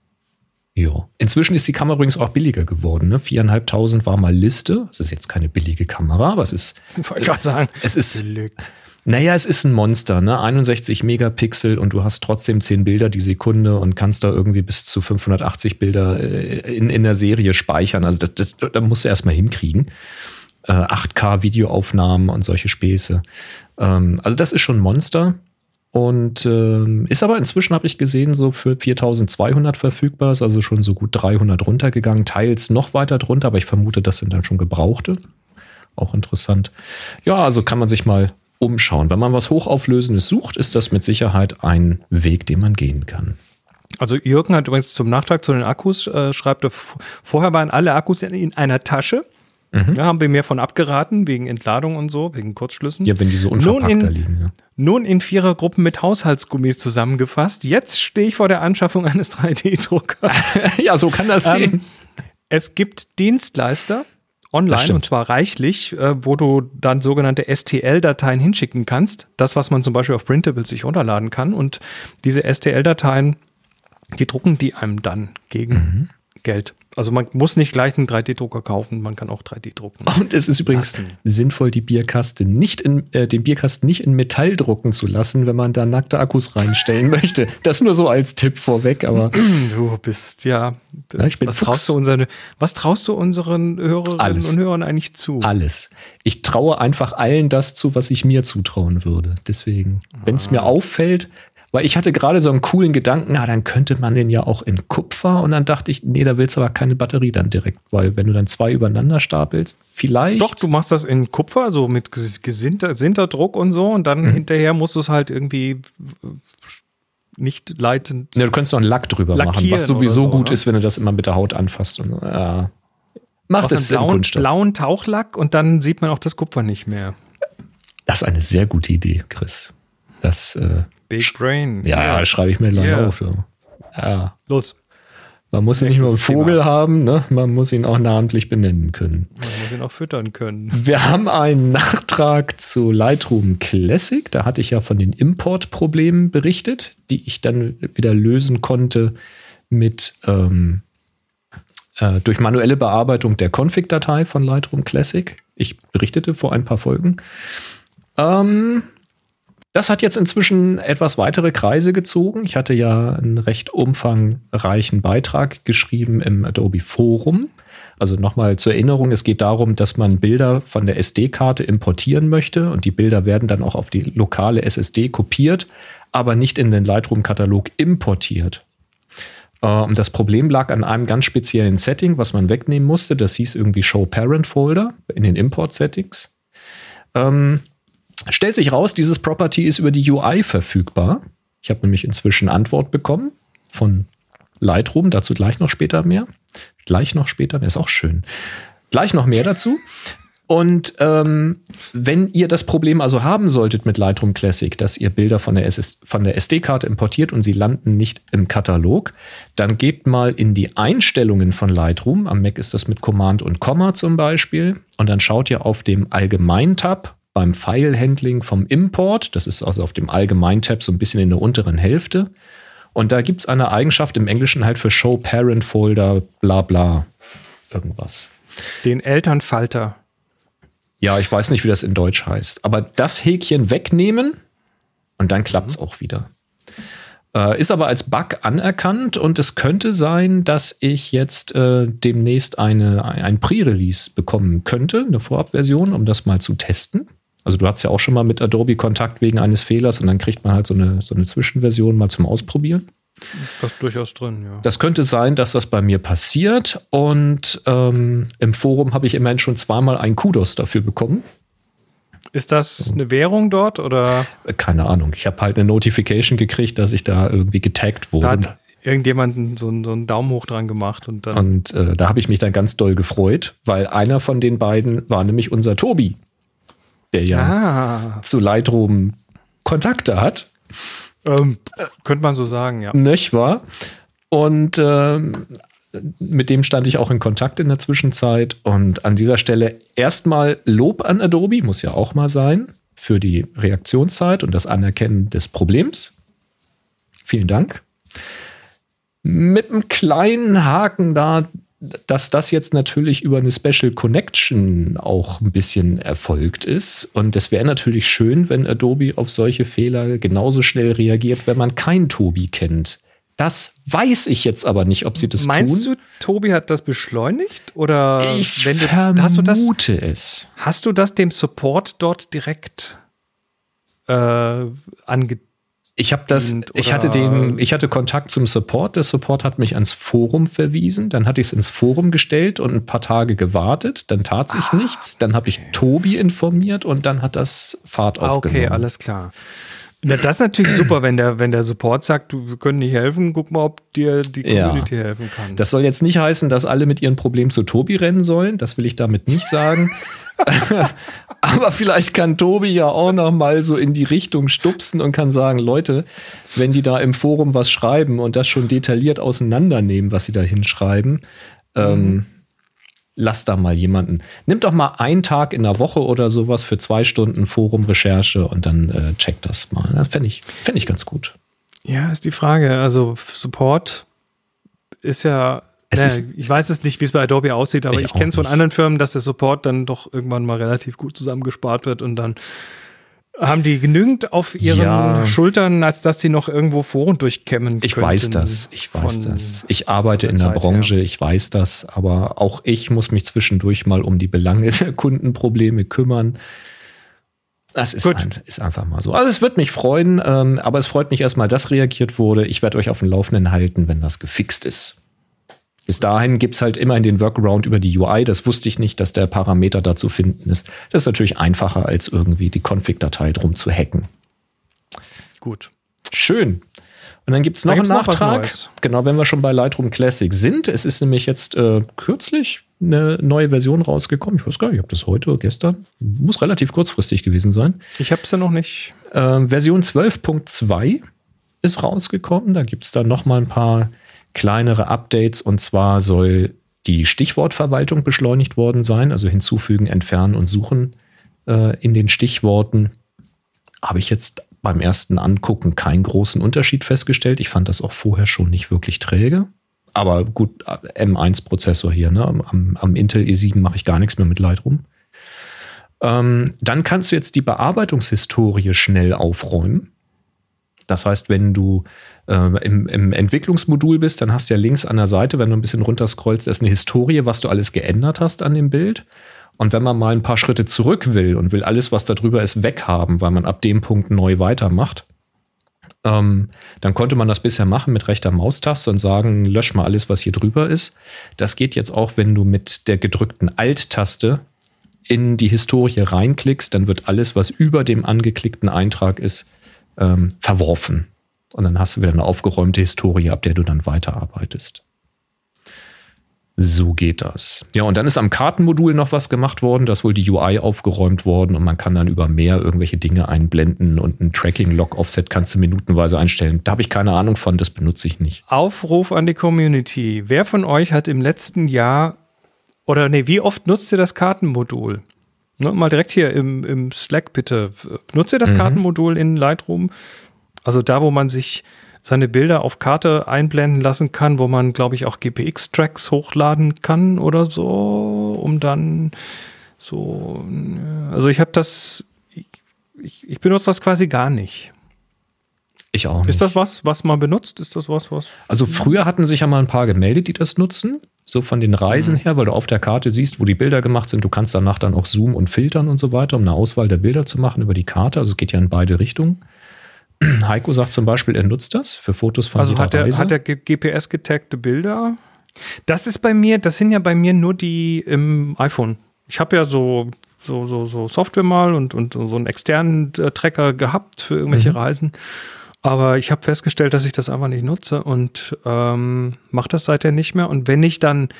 S1: Ja. Inzwischen ist die Kamera übrigens auch billiger geworden. Ne? viertausendfünfhundert war mal Liste. Das ist jetzt keine billige Kamera, aber es ist.
S2: Ich wollte gerade sagen,
S1: es ist. Billig. Naja, es ist ein Monster, ne? einundsechzig Megapixel und du hast trotzdem zehn Bilder die Sekunde und kannst da irgendwie bis zu fünfhundertachtzig Bilder in, in der Serie speichern. Also das, das, das musst du erstmal hinkriegen. Äh, acht K Videoaufnahmen und solche Späße. Ähm, also das ist schon ein Monster. Und ähm, ist aber inzwischen, habe ich gesehen, so für viertausendzweihundert verfügbar, ist also schon so gut dreihundert runtergegangen, teils noch weiter drunter, aber ich vermute, das sind dann schon gebrauchte. Auch interessant. Ja, also kann man sich mal umschauen. Wenn man was Hochauflösendes sucht, ist das mit Sicherheit ein Weg, den man gehen kann.
S2: Also Jürgen hat übrigens zum Nachtrag zu den Akkus, äh, schreibt, vorher waren alle Akkus in einer Tasche. Mhm. Da haben wir mehr von abgeraten, wegen Entladung und so, wegen Kurzschlüssen.
S1: Ja, wenn die so unverpackt
S2: in,
S1: da liegen. Ja.
S2: Nun in Vierergruppen mit Haushaltsgummis zusammengefasst. Jetzt stehe ich vor der Anschaffung eines drei D-Druckers.
S1: Ja, so kann das ähm, gehen.
S2: Es gibt Dienstleister online, und zwar reichlich, äh, wo du dann sogenannte S T L-Dateien hinschicken kannst. Das, was man zum Beispiel auf Printables sich runterladen kann. Und diese S T L-Dateien, die drucken die einem dann gegen mhm. Geld. Also man muss nicht gleich einen drei D-Drucker kaufen, man kann auch drei D drucken.
S1: Und es ist übrigens lassen. sinnvoll, die Bierkasten nicht in, äh, den Bierkasten nicht in Metall drucken zu lassen, wenn man da nackte Akkus reinstellen möchte. Das nur so als Tipp vorweg, aber
S2: du bist ja,
S1: ja ich bin
S2: was, traust du unsere, was traust du unseren Hörerinnen
S1: Alles.
S2: und Hörern eigentlich zu?
S1: Alles. Ich traue einfach allen das zu, was ich mir zutrauen würde. Deswegen, wenn es ah. mir auffällt, weil ich hatte gerade so einen coolen Gedanken, ah, dann könnte man den ja auch in Kupfer. Und dann dachte ich, nee, da willst du aber keine Batterie dann direkt. Weil wenn du dann zwei übereinander stapelst, vielleicht.
S2: Doch, du machst das in Kupfer, so mit gesinnter, gesinnter Druck und so. Und dann mhm. hinterher musst du es halt irgendwie nicht leitend.
S1: Ja, du könntest noch einen Lack drüber machen, was sowieso so, gut ne? ist, wenn du das immer mit der Haut anfasst. Und, ja. Macht es
S2: einen blauen, blauen Tauchlack und dann sieht man auch das Kupfer nicht mehr.
S1: Das ist eine sehr gute Idee, Chris. Das äh,
S2: Big Brain.
S1: Ja, yeah. schreibe ich mir gleich yeah. auf. Ja.
S2: Los.
S1: Man muss ja nicht nur einen Vogel Thema. haben, ne? Man muss ihn auch namentlich benennen können.
S2: Man muss ihn auch füttern können.
S1: Wir haben einen Nachtrag zu Lightroom Classic. Da hatte ich ja von den Importproblemen berichtet, die ich dann wieder lösen konnte mit ähm, äh, durch manuelle Bearbeitung der Config-Datei von Lightroom Classic. Ich berichtete vor ein paar Folgen. Ähm, Das hat jetzt inzwischen etwas weitere Kreise gezogen. Ich hatte ja einen recht umfangreichen Beitrag geschrieben im Adobe Forum. Also nochmal zur Erinnerung, es geht darum, dass man Bilder von der S D-Karte importieren möchte und die Bilder werden dann auch auf die lokale S S D kopiert, aber nicht in den Lightroom-Katalog importiert. Und das Problem lag an einem ganz speziellen Setting, was man wegnehmen musste. Das hieß irgendwie Show Parent Folder in den Import-Settings. Ähm, stellt sich raus, dieses Property ist über die U I verfügbar. Ich habe nämlich inzwischen Antwort bekommen von Lightroom, dazu gleich noch später mehr. Gleich noch später mehr, ist auch schön. Gleich noch mehr dazu. Und ähm, wenn ihr das Problem also haben solltet mit Lightroom Classic, dass ihr Bilder von der, S S- von der S D-Karte importiert und sie landen nicht im Katalog, dann geht mal in die Einstellungen von Lightroom. Am Mac ist das mit Command und Komma zum Beispiel. Und dann schaut ihr auf dem Allgemein-Tab beim File-Handling vom Import. Das ist also auf dem Allgemein-Tab so ein bisschen in der unteren Hälfte. Und da gibt es eine Eigenschaft im Englischen halt für Show Parent Folder, bla bla, irgendwas.
S2: Den Elternfalter.
S1: Ja, ich weiß nicht, wie das in Deutsch heißt. Aber das Häkchen wegnehmen und dann klappt es auch wieder. Äh, ist aber als Bug anerkannt und es könnte sein, dass ich jetzt äh, demnächst eine, ein Pre-Release bekommen könnte, eine Vorabversion, um das mal zu testen. Also du hattest ja auch schon mal mit Adobe Kontakt wegen eines Fehlers und dann kriegt man halt so eine, so eine Zwischenversion mal zum Ausprobieren.
S2: Das ist durchaus drin, ja.
S1: Das könnte sein, dass das bei mir passiert und ähm, im Forum habe ich immerhin schon zweimal einen Kudos dafür bekommen.
S2: Ist das eine währung dort oder?
S1: Keine Ahnung. Ich habe halt eine Notification gekriegt, dass ich da irgendwie getaggt wurde.
S2: Da hat irgendjemand so einen, so einen Daumen hoch dran gemacht und dann.
S1: Und äh, da habe ich mich dann ganz doll gefreut, weil einer von den beiden war nämlich unser Tobi, der ja
S2: ah.
S1: zu Lightroom Kontakte hat.
S2: Ähm, könnte man so sagen, ja.
S1: Nicht wahr? Und ähm, mit dem stand ich auch in Kontakt in der Zwischenzeit. Und an dieser Stelle erstmal Lob an Adobe, muss ja auch mal sein, für die Reaktionszeit und das Anerkennen des Problems. Vielen Dank. Mit einem kleinen Haken da, dass das jetzt natürlich über eine Special Connection auch ein bisschen erfolgt ist. Und es wäre natürlich schön, wenn Adobe auf solche Fehler genauso schnell reagiert, wenn man keinen Tobi kennt. Das weiß ich jetzt aber nicht, ob sie das
S2: Meinst
S1: tun.
S2: Meinst du, Tobi hat das beschleunigt? Oder
S1: ich
S2: wenn du,
S1: vermute
S2: hast du das,
S1: es.
S2: Hast du das dem Support dort direkt äh, ange
S1: Ich habe das, ich hatte den, ich hatte Kontakt zum Support. Der Support hat mich ans Forum verwiesen. Dann hatte ich es ins Forum gestellt und ein paar Tage gewartet. Dann tat sich ah, nichts. Dann habe okay. ich Tobi informiert und dann hat das Fahrt
S2: ah,
S1: aufgenommen.
S2: Okay, alles klar. Na, das ist natürlich super, wenn der, wenn der Support sagt, du, wir können nicht helfen, guck mal, ob dir die Community ja. helfen kann.
S1: Das soll jetzt nicht heißen, dass alle mit ihren Problemen zu Tobi rennen sollen. Das will ich damit nicht sagen. Aber vielleicht kann Tobi ja auch noch mal so in die Richtung stupsen und kann sagen, Leute, wenn die da im Forum was schreiben und das schon detailliert auseinandernehmen, was sie da hinschreiben, mhm. ähm, lasst da mal jemanden. Nimmt doch mal einen Tag in der Woche oder sowas für zwei Stunden Forum-Recherche und dann äh, checkt das mal. Das fände ich, fänd ich ganz gut.
S2: Ja, ist die Frage. Also Support ist ja
S1: Es
S2: naja,
S1: ist,
S2: ich weiß es nicht, wie es bei Adobe aussieht, aber ich, ich kenne es von anderen Firmen, dass der Support dann doch irgendwann mal relativ gut zusammengespart wird und dann haben die genügend auf ihren
S1: ja.
S2: Schultern, als dass sie noch irgendwo Foren durchkämmen
S1: Ich weiß das, ich weiß das. Ich arbeite in der Zeit, Branche, ja. ich weiß das, aber auch ich muss mich zwischendurch mal um die Belange der Kundenprobleme kümmern. Das ist, ein, ist einfach mal so. Also es wird mich freuen, ähm, aber es freut mich erstmal, dass reagiert wurde. Ich werde euch auf dem Laufenden halten, wenn das gefixt ist. Bis dahin gibt es halt immer in den Workaround über die U I. Das wusste ich nicht, dass der Parameter da zu finden ist. Das ist natürlich einfacher, als irgendwie die Config-Datei drum zu hacken.
S2: Gut.
S1: Schön. Und dann gibt es noch einen Nachtrag. Genau, wenn wir schon bei Lightroom Classic sind. Es ist nämlich jetzt äh, kürzlich eine neue Version rausgekommen. Ich weiß gar nicht, ob das heute oder gestern. Muss relativ kurzfristig gewesen sein.
S2: Ich habe es ja noch nicht.
S1: Äh, Version zwölf Punkt zwei ist rausgekommen. Da gibt es dann noch mal ein paar kleinere Updates, und zwar soll die Stichwortverwaltung beschleunigt worden sein, also hinzufügen, entfernen und suchen äh, in den Stichworten. Habe ich jetzt beim ersten Angucken keinen großen Unterschied festgestellt. Ich fand das auch vorher schon nicht wirklich träge. Aber gut, M eins Prozessor hier, ne? Am, am Intel i sieben mache ich gar nichts mehr mit Lightroom. Ähm, dann kannst du jetzt die Bearbeitungshistorie schnell aufräumen. Das heißt, wenn du äh, im, im Entwicklungsmodul bist, dann hast du ja links an der Seite, wenn du ein bisschen runterscrollst, ist eine Historie, was du alles geändert hast an dem Bild. Und wenn man mal ein paar Schritte zurück will und will alles, was da drüber ist, weghaben, weil man ab dem Punkt neu weitermacht, Ähm, dann konnte man das bisher machen mit rechter Maustaste und sagen, lösch mal alles, was hier drüber ist. Das geht jetzt auch, wenn du mit der gedrückten Alt-Taste in die Historie reinklickst, dann wird alles, was über dem angeklickten Eintrag ist, ähm, verworfen. Und dann hast du wieder eine aufgeräumte Historie, ab der du dann weiterarbeitest. So geht das. Ja, und dann ist am Kartenmodul noch was gemacht worden, da ist wohl die U I aufgeräumt worden und man kann dann über mehr irgendwelche Dinge einblenden und ein Tracking-Log-Offset kannst du minutenweise einstellen. Da habe ich keine Ahnung von, das benutze ich nicht.
S2: Aufruf an die Community. Wer von euch hat im letzten Jahr, oder nee, wie oft nutzt ihr das Kartenmodul? Ne, mal direkt hier im, im Slack bitte. Nutzt ihr das mhm. Kartenmodul in Lightroom? Also da, wo man sich seine Bilder auf Karte einblenden lassen kann, wo man, glaube ich, auch G P X-Tracks hochladen kann oder so, um dann so, also ich habe das, ich, ich benutze das quasi gar nicht.
S1: Ich auch nicht.
S2: Ist das was, was man benutzt? Ist das was, was?
S1: Also früher hatten sich ja mal ein paar gemeldet, die das nutzen, so von den Reisen mhm. her, weil du auf der Karte siehst, wo die Bilder gemacht sind. Du kannst danach dann auch zoomen und filtern und so weiter, um eine Auswahl der Bilder zu machen über die Karte. Also es geht ja in beide Richtungen. Heiko sagt zum Beispiel, er nutzt das für Fotos von
S2: also
S1: jeder
S2: hat er,
S1: Reise.
S2: Also hat er G P S-getagte Bilder? Das ist bei mir, das sind ja bei mir nur die im iPhone. Ich habe ja so, so, so, so Software mal und, und so einen externen äh, Tracker gehabt für irgendwelche mhm. Reisen. Aber ich habe festgestellt, dass ich das einfach nicht nutze und ähm, mache das seither nicht mehr. Und wenn ich dann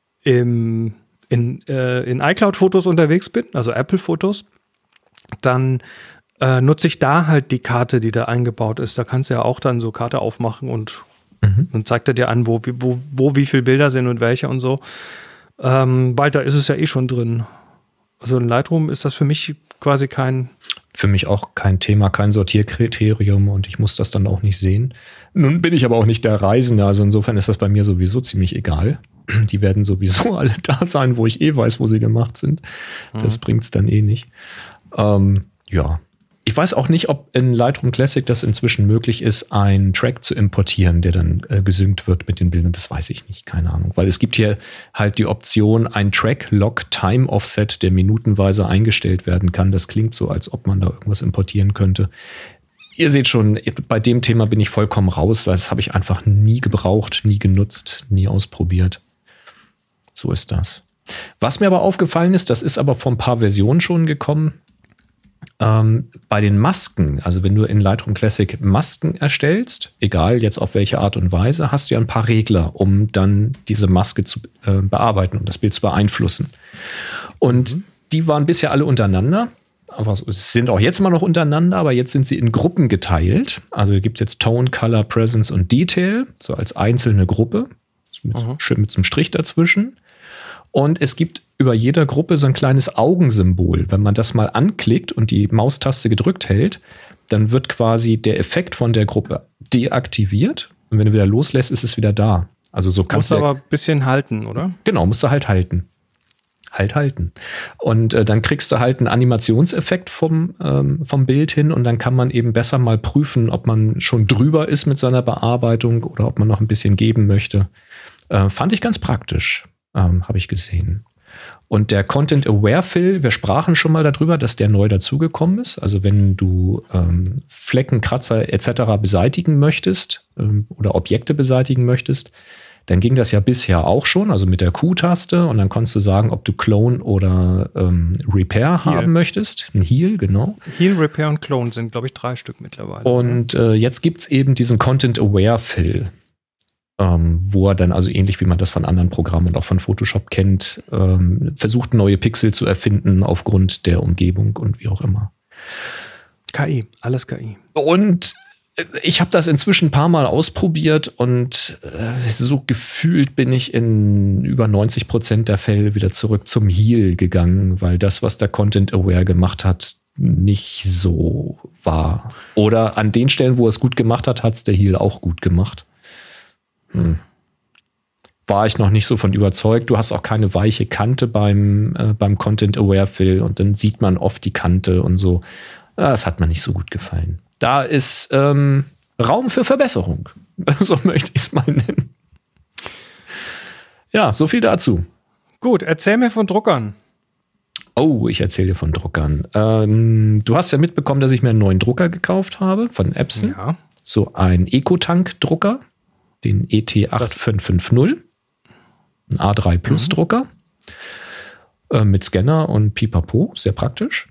S2: im, in, äh, in iCloud-Fotos unterwegs bin, also Apple-Fotos, dann Äh, nutze ich da halt die Karte, die da eingebaut ist. Da kannst du ja auch dann so Karte aufmachen und mhm. dann zeigt er dir an, wo, wo, wo wie viele Bilder sind und welche und so. Ähm, weil da ist es ja eh schon drin. Also in Lightroom ist das für mich quasi kein...
S1: Für mich auch kein Thema, kein Sortierkriterium und ich muss das dann auch nicht sehen. Nun bin ich aber auch nicht der Reisende, also insofern ist das bei mir sowieso ziemlich egal. Die werden sowieso alle da sein, wo ich eh weiß, wo sie gemacht sind. Das mhm. bringt's dann eh nicht. Ähm, ja. Ich weiß auch nicht, ob in Lightroom Classic das inzwischen möglich ist, einen Track zu importieren, der dann äh, gesynkt wird mit den Bildern. Das weiß ich nicht, keine Ahnung. Weil es gibt hier halt die Option, ein Track-Log-Time-Offset, der minutenweise eingestellt werden kann. Das klingt so, als ob man da irgendwas importieren könnte. Ihr seht schon, bei dem Thema bin ich vollkommen raus, weil das habe ich einfach nie gebraucht, nie genutzt, nie ausprobiert. So ist das. Was mir aber aufgefallen ist, das ist aber vor ein paar Versionen schon gekommen, Ähm, bei den Masken, also wenn du in Lightroom Classic Masken erstellst, egal jetzt auf welche Art und Weise, hast du ja ein paar Regler, um dann diese Maske zu äh, bearbeiten, um das Bild zu beeinflussen. Und mhm. die waren bisher alle untereinander, aber sind auch jetzt immer noch untereinander, aber jetzt sind sie in Gruppen geteilt. Also gibt es jetzt Tone, Color, Presence und Detail, so als einzelne Gruppe, mit, mhm. schön mit so einem Strich dazwischen. Und es gibt über jeder Gruppe so ein kleines Augensymbol. Wenn man das mal anklickt und die Maustaste gedrückt hält, dann wird quasi der Effekt von der Gruppe deaktiviert. Und wenn du wieder loslässt, ist es wieder da. Also so kannst
S2: du. Musst aber ein bisschen halten, oder?
S1: Genau, musst du halt halten. Halt halten. Und äh, dann kriegst du halt einen Animationseffekt vom, ähm, vom Bild hin und dann kann man eben besser mal prüfen, ob man schon drüber ist mit seiner Bearbeitung oder ob man noch ein bisschen geben möchte. Äh, fand ich ganz praktisch. Ähm, habe ich gesehen. Und der Content-Aware-Fill, wir sprachen schon mal darüber, dass der neu dazugekommen ist. Also wenn du ähm, Flecken, Kratzer et cetera beseitigen möchtest ähm, oder Objekte beseitigen möchtest, dann ging das ja bisher auch schon, also mit der Q-Taste. Und dann konntest du sagen, ob du Clone oder ähm, Repair Heal. haben möchtest. Ein Heal, genau.
S2: Heal, Repair und Clone sind, glaube ich, drei Stück mittlerweile.
S1: Und äh, jetzt gibt es eben diesen Content-Aware-Fill. Ähm, wo er dann also ähnlich wie man das von anderen Programmen und auch von Photoshop kennt, ähm, versucht neue Pixel zu erfinden aufgrund der Umgebung und wie auch immer.
S2: K I, alles K I.
S1: Und ich habe das inzwischen ein paar Mal ausprobiert und äh, so gefühlt bin ich in über neunzig Prozent der Fälle wieder zurück zum Heal gegangen, weil das, was der Content Aware gemacht hat, nicht so war. Oder an den Stellen, wo er es gut gemacht hat, hat es der Heal auch gut gemacht. Hm. War ich noch nicht so von überzeugt. Du hast auch keine weiche Kante beim, äh, beim Content-Aware-Fill und dann sieht man oft die Kante und so. Das hat mir nicht so gut gefallen. Da ist ähm, Raum für Verbesserung. So möchte ich es mal nennen. Ja, so viel dazu.
S2: Gut, erzähl mir von Druckern.
S1: Oh, ich erzähle dir von Druckern. Ähm, du hast ja mitbekommen, dass ich mir einen neuen Drucker gekauft habe von Epson.
S2: Ja.
S1: so ein Ecotank-Drucker, den E T acht fünf fünf null, ein A drei Plus Drucker mhm. äh, mit Scanner und Pipapo, sehr praktisch.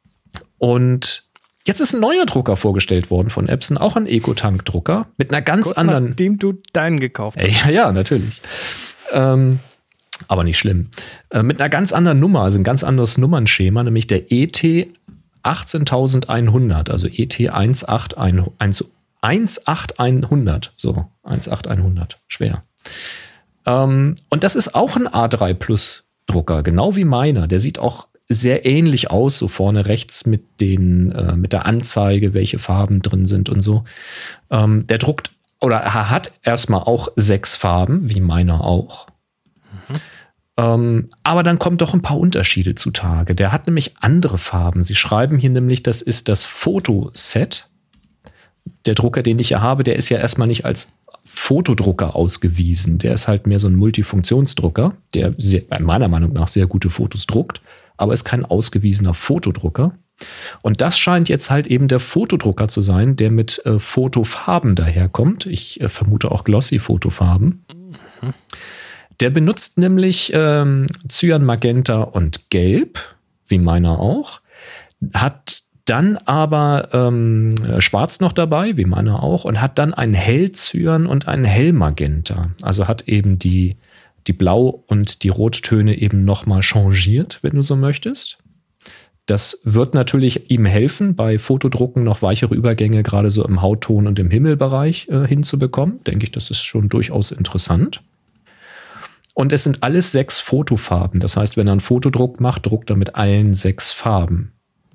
S1: Und jetzt ist ein neuer Drucker vorgestellt worden von Epson, auch ein Ecotank-Drucker mit einer ganz
S2: Kurz
S1: anderen.
S2: Nachdem du deinen gekauft hast.
S1: Ja, ja, natürlich. Ähm, aber nicht schlimm. Äh, mit einer ganz anderen Nummer, also ein ganz anderes Nummernschema, nämlich der E T achtzehntausendeinhundert, also E T eins acht einhundert, so eins acht einhundert, schwer. Ähm, und das ist auch ein A drei Plus Drucker, genau wie meiner. Der sieht auch sehr ähnlich aus, so vorne rechts mit den äh, mit der Anzeige, welche Farben drin sind und so. Ähm, der druckt oder er hat erstmal auch sechs Farben, wie meiner auch. Mhm. Ähm, aber dann kommen doch ein paar Unterschiede zutage. Der hat nämlich andere Farben. Sie schreiben hier nämlich, das ist das Fotoset. Der Drucker, den ich hier habe, der ist ja erstmal nicht als Fotodrucker ausgewiesen. Der ist halt mehr so ein Multifunktionsdrucker, der sehr, meiner Meinung nach sehr gute Fotos druckt, aber ist kein ausgewiesener Fotodrucker. Und das scheint jetzt halt eben der Fotodrucker zu sein, der mit äh, Fotofarben daherkommt. Ich äh, vermute auch Glossy-Fotofarben. Mhm. Der benutzt nämlich ähm, Cyan, Magenta und Gelb, wie meiner auch. Hat dann aber ähm, Schwarz noch dabei, wie meiner auch. Und hat dann einen Hellcyan und einen Hellmagenta. Also hat eben die die Blau- und die Rottöne eben nochmal changiert, wenn du so möchtest. Das wird natürlich ihm helfen, bei Fotodrucken noch weichere Übergänge gerade so im Hautton und im Himmelbereich äh, hinzubekommen. Denke ich, das ist schon durchaus interessant. Und es sind alles sechs Fotofarben. Das heißt, wenn er einen Fotodruck macht, druckt er mit allen sechs Farben.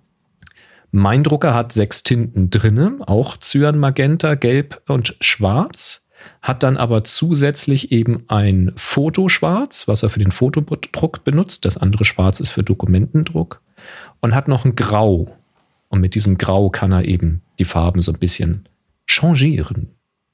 S1: Mein Drucker hat sechs Tinten drinne, auch Cyan, Magenta, Gelb und Schwarz. Hat dann aber zusätzlich eben ein Fotoschwarz, was er für den Fotodruck benutzt. Das andere Schwarz ist für Dokumentendruck. Und hat noch ein Grau. Und mit diesem Grau kann er eben die Farben so ein bisschen changieren.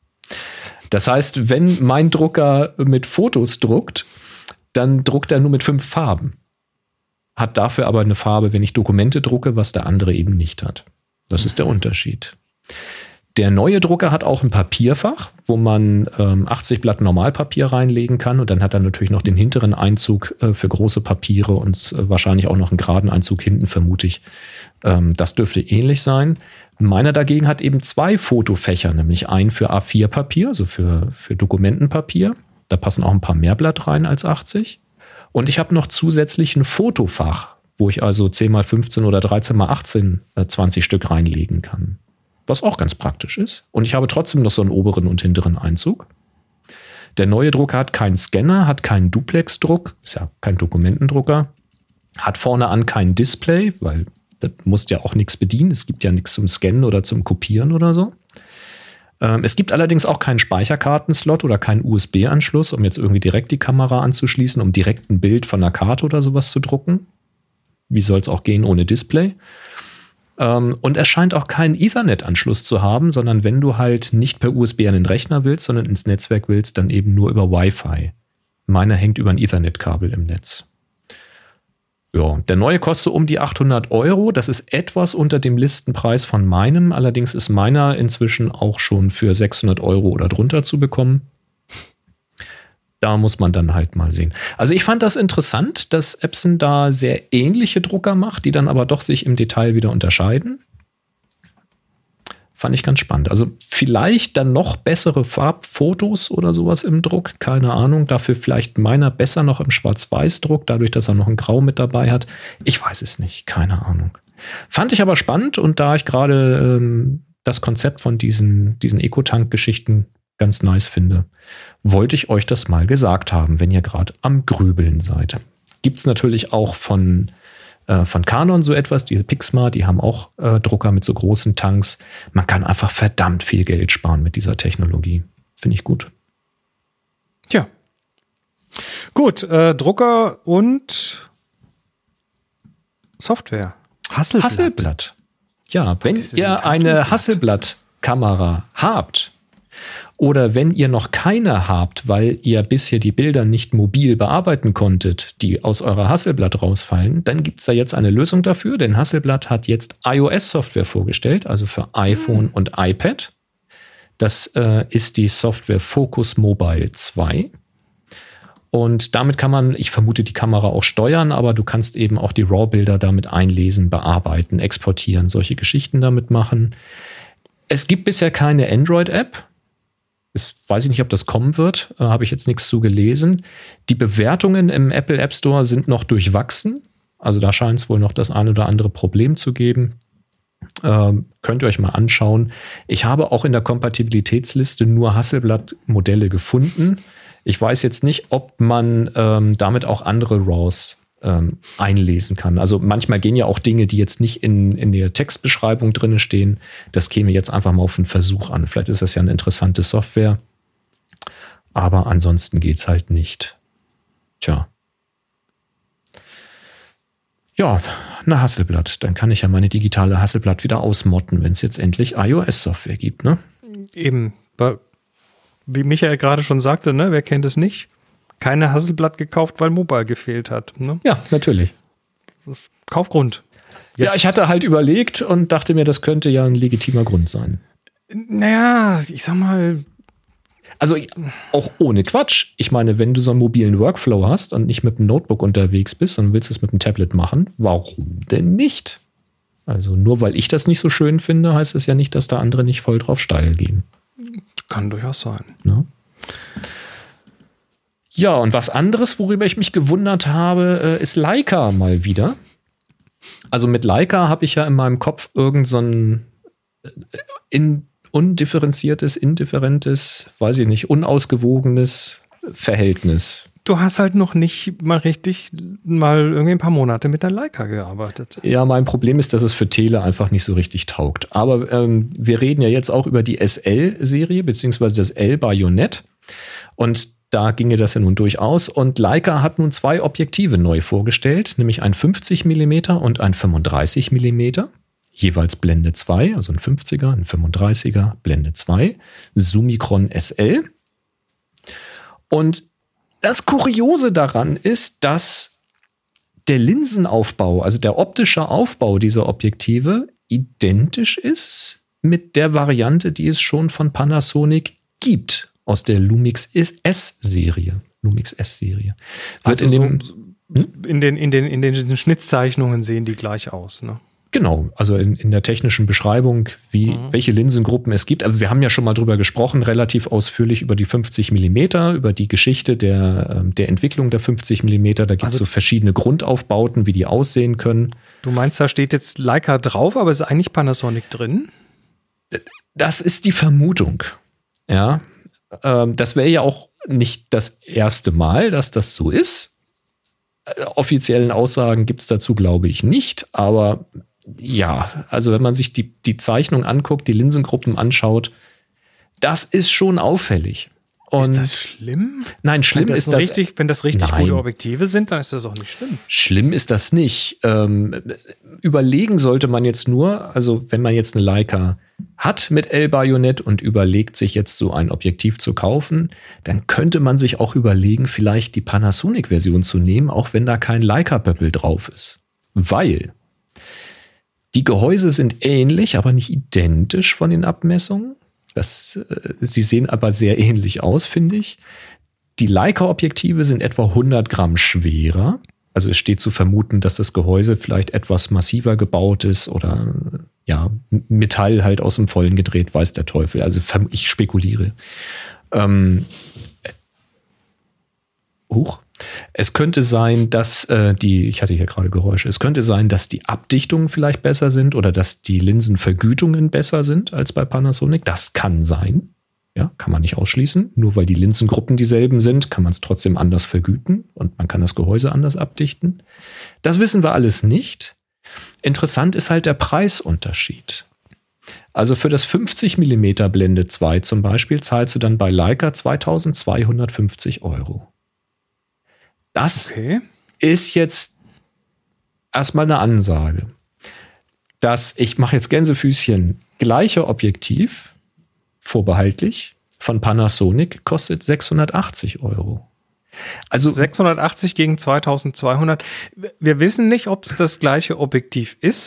S1: Das heißt, wenn mein Drucker mit Fotos druckt, dann druckt er nur mit fünf Farben. Hat dafür aber eine Farbe, wenn ich Dokumente drucke, was der andere eben nicht hat. Das ist der Unterschied. Der neue Drucker hat auch ein Papierfach, wo man ähm, achtzig Blatt Normalpapier reinlegen kann. Und dann hat er natürlich noch den hinteren Einzug äh, für große Papiere und äh, wahrscheinlich auch noch einen geraden Einzug hinten, vermute ich. Ähm, das dürfte ähnlich sein. Meiner dagegen hat eben zwei Fotofächer, nämlich einen für A vier Papier, also für, für Dokumentenpapier. Da passen auch ein paar mehr Blatt rein als achtzig. Und ich habe noch zusätzlich ein Fotofach, wo ich also zehn mal fünfzehn oder dreizehn mal achtzehn, äh, zwanzig Stück reinlegen kann. Was auch ganz praktisch ist. Und ich habe trotzdem noch so einen oberen und hinteren Einzug. Der neue Drucker hat keinen Scanner, hat keinen Duplex-Druck, ist ja kein Dokumentendrucker, hat vorne an kein Display, weil das muss ja auch nichts bedienen. Es gibt ja nichts zum Scannen oder zum Kopieren oder so. Ähm, es gibt allerdings auch keinen Speicherkartenslot oder keinen U S B-Anschluss, um jetzt irgendwie direkt die Kamera anzuschließen, um direkt ein Bild von einer Karte oder sowas zu drucken. Wie soll es auch gehen ohne Display? Und er scheint auch keinen Ethernet-Anschluss zu haben, sondern wenn du halt nicht per U S B an den Rechner willst, sondern ins Netzwerk willst, dann eben nur über Wi-Fi. Meiner hängt über ein Ethernet-Kabel im Netz. Ja, der neue kostet um die achthundert Euro. Das ist etwas unter dem Listenpreis von meinem. Allerdings ist meiner inzwischen auch schon für sechshundert Euro oder drunter zu bekommen. Da muss man dann halt mal sehen. Also ich fand das interessant, dass Epson da sehr ähnliche Drucker macht, die dann aber doch sich im Detail wieder unterscheiden. Fand ich ganz spannend. Also vielleicht dann noch bessere Farbfotos oder sowas im Druck, keine Ahnung. Dafür vielleicht meiner besser noch im Schwarz-Weiß-Druck, dadurch, dass er noch ein Grau mit dabei hat. Ich weiß es nicht, keine Ahnung. Fand ich aber spannend und da ich gerade ähm, das Konzept von diesen, diesen Ecotank-Geschichten ganz nice finde, wollte ich euch das mal gesagt haben, wenn ihr gerade am Grübeln seid. Gibt es natürlich auch von, äh, von Canon so etwas, diese Pixma, die haben auch äh, Drucker mit so großen Tanks. Man kann einfach verdammt viel Geld sparen mit dieser Technologie. Finde ich gut.
S2: Tja. Gut, äh, Drucker und Software.
S1: Hasselblad. Hasselblad. Ja, wenn ihr eine Hasselblad-Kamera habt, oder wenn ihr noch keine habt, weil ihr bisher die Bilder nicht mobil bearbeiten konntet, die aus eurer Hasselblad rausfallen, dann gibt es da jetzt eine Lösung dafür, denn Hasselblad hat jetzt iOS-Software vorgestellt, also für iPhone und iPad. Das äh, ist die Software Focus Mobile zwei. Und damit kann man, ich vermute, die Kamera auch steuern, aber du kannst eben auch die RAW-Bilder damit einlesen, bearbeiten, exportieren, solche Geschichten damit machen. Es gibt bisher keine Android-App. Ich weiß ich nicht, ob das kommen wird. Äh, habe ich jetzt nichts zu gelesen. Die Bewertungen im Apple App Store sind noch durchwachsen. Also da scheint es wohl noch das ein oder andere Problem zu geben. Ähm, könnt ihr euch mal anschauen. Ich habe auch in der Kompatibilitätsliste nur Hasselblad-Modelle gefunden. Ich weiß jetzt nicht, ob man ähm, damit auch andere RAWs ähm, einlesen kann. Also manchmal gehen ja auch Dinge, die jetzt nicht in, in der Textbeschreibung drin stehen. Das käme jetzt einfach mal auf einen Versuch an. Vielleicht ist das ja eine interessante Software. Aber ansonsten geht es halt nicht. Tja. Ja, eine Hasselblad. Dann kann ich ja meine digitale Hasselblad wieder ausmotten, wenn es jetzt endlich iOS-Software gibt, ne?
S2: Eben. Wie Michael gerade schon sagte, ne, wer kennt es nicht? Keine Hasselblad gekauft, weil Mobile gefehlt hat. Ne?
S1: Ja, natürlich.
S2: Das ist Kaufgrund.
S1: Jetzt. Ja, ich hatte halt überlegt und dachte mir, das könnte ja ein legitimer Grund sein.
S2: Naja, ich sag mal.
S1: Also auch ohne Quatsch. Ich meine, wenn du so einen mobilen Workflow hast und nicht mit dem Notebook unterwegs bist und willst es mit dem Tablet machen, warum denn nicht? Also nur weil ich das nicht so schön finde, heißt es ja nicht, dass da andere nicht voll drauf steil gehen.
S2: Kann durchaus sein.
S1: Ja. Ja, und was anderes, worüber ich mich gewundert habe, ist Leica mal wieder. Also mit Leica habe ich ja in meinem Kopf irgend so ein in, undifferenziertes, indifferentes, weiß ich nicht, unausgewogenes Verhältnis.
S2: Du hast halt noch nicht mal richtig mal irgendwie ein paar Monate mit der Leica gearbeitet.
S1: Ja, mein Problem ist, dass es für Tele einfach nicht so richtig taugt. Aber ähm, wir reden ja jetzt auch über die S L-Serie, beziehungsweise das L-Bajonett. Und da ginge das ja nun durchaus. Und Leica hat nun zwei Objektive neu vorgestellt, nämlich ein fünfzig Millimeter und ein fünfunddreißig Millimeter. Jeweils Blende zwei, also ein fünfziger, ein fünfunddreißiger, Blende zwei. Summicron S L. Und das Kuriose daran ist, dass der Linsenaufbau, also der optische Aufbau dieser Objektive identisch ist mit der Variante, die es schon von Panasonic gibt, aus der Lumix S-Serie. Lumix S-Serie.
S2: Also in, dem, so, hm? in, den, in, den, in den Schnittzeichnungen sehen die gleich aus, ne?
S1: Genau, also in, in der technischen Beschreibung, wie, mhm. welche Linsengruppen es gibt. Also wir haben ja schon mal drüber gesprochen, relativ ausführlich über die fünfzig Millimeter, über die Geschichte der, der Entwicklung der fünfzig Millimeter. Da gibt es also so verschiedene Grundaufbauten, wie die aussehen können.
S2: Du meinst, da steht jetzt Leica drauf, aber ist eigentlich Panasonic drin?
S1: Das ist die Vermutung. Ja, ähm, das wäre ja auch nicht das erste Mal, dass das so ist. Äh, offiziellen Aussagen gibt es dazu, glaube ich, nicht, aber ja, also wenn man sich die, die Zeichnung anguckt, die Linsengruppen anschaut, das ist schon auffällig. Und
S2: ist das schlimm?
S1: Nein, schlimm
S2: das
S1: ist das.
S2: Richtig, wenn das richtig
S1: nein.
S2: gute Objektive sind, dann ist das auch nicht schlimm.
S1: Schlimm ist das nicht. Ähm, überlegen sollte man jetzt nur, also wenn man jetzt eine Leica hat mit L-Bajonett und überlegt, sich jetzt so ein Objektiv zu kaufen, dann könnte man sich auch überlegen, vielleicht die Panasonic-Version zu nehmen, auch wenn da kein Leica-Pöppel drauf ist. Weil die Gehäuse sind ähnlich, aber nicht identisch von den Abmessungen. Das, äh, sie sehen aber sehr ähnlich aus, finde ich. Die Leica-Objektive sind etwa hundert Gramm schwerer. Also es steht zu vermuten, dass das Gehäuse vielleicht etwas massiver gebaut ist oder ja, Metall halt aus dem Vollen gedreht, weiß der Teufel. Also ich spekuliere. Ähm, huch. Es könnte sein, dass äh, die, ich hatte hier gerade Geräusche, es könnte sein, dass die Abdichtungen vielleicht besser sind oder dass die Linsenvergütungen besser sind als bei Panasonic. Das kann sein. Ja, kann man nicht ausschließen. Nur weil die Linsengruppen dieselben sind, kann man es trotzdem anders vergüten und man kann das Gehäuse anders abdichten. Das wissen wir alles nicht. Interessant ist halt der Preisunterschied. Also für das fünfzig Millimeter Blende zwei zum Beispiel zahlst du dann bei Leica zweitausendzweihundertfünfzig Euro. Das okay. ist jetzt erstmal eine Ansage. Das, ich mache jetzt Gänsefüßchen, gleiche Objektiv, vorbehaltlich, von Panasonic kostet sechshundertachtzig Euro. Also
S2: sechshundertachtzig gegen zweitausendzweihundert. Wir wissen nicht, ob es das gleiche Objektiv ist.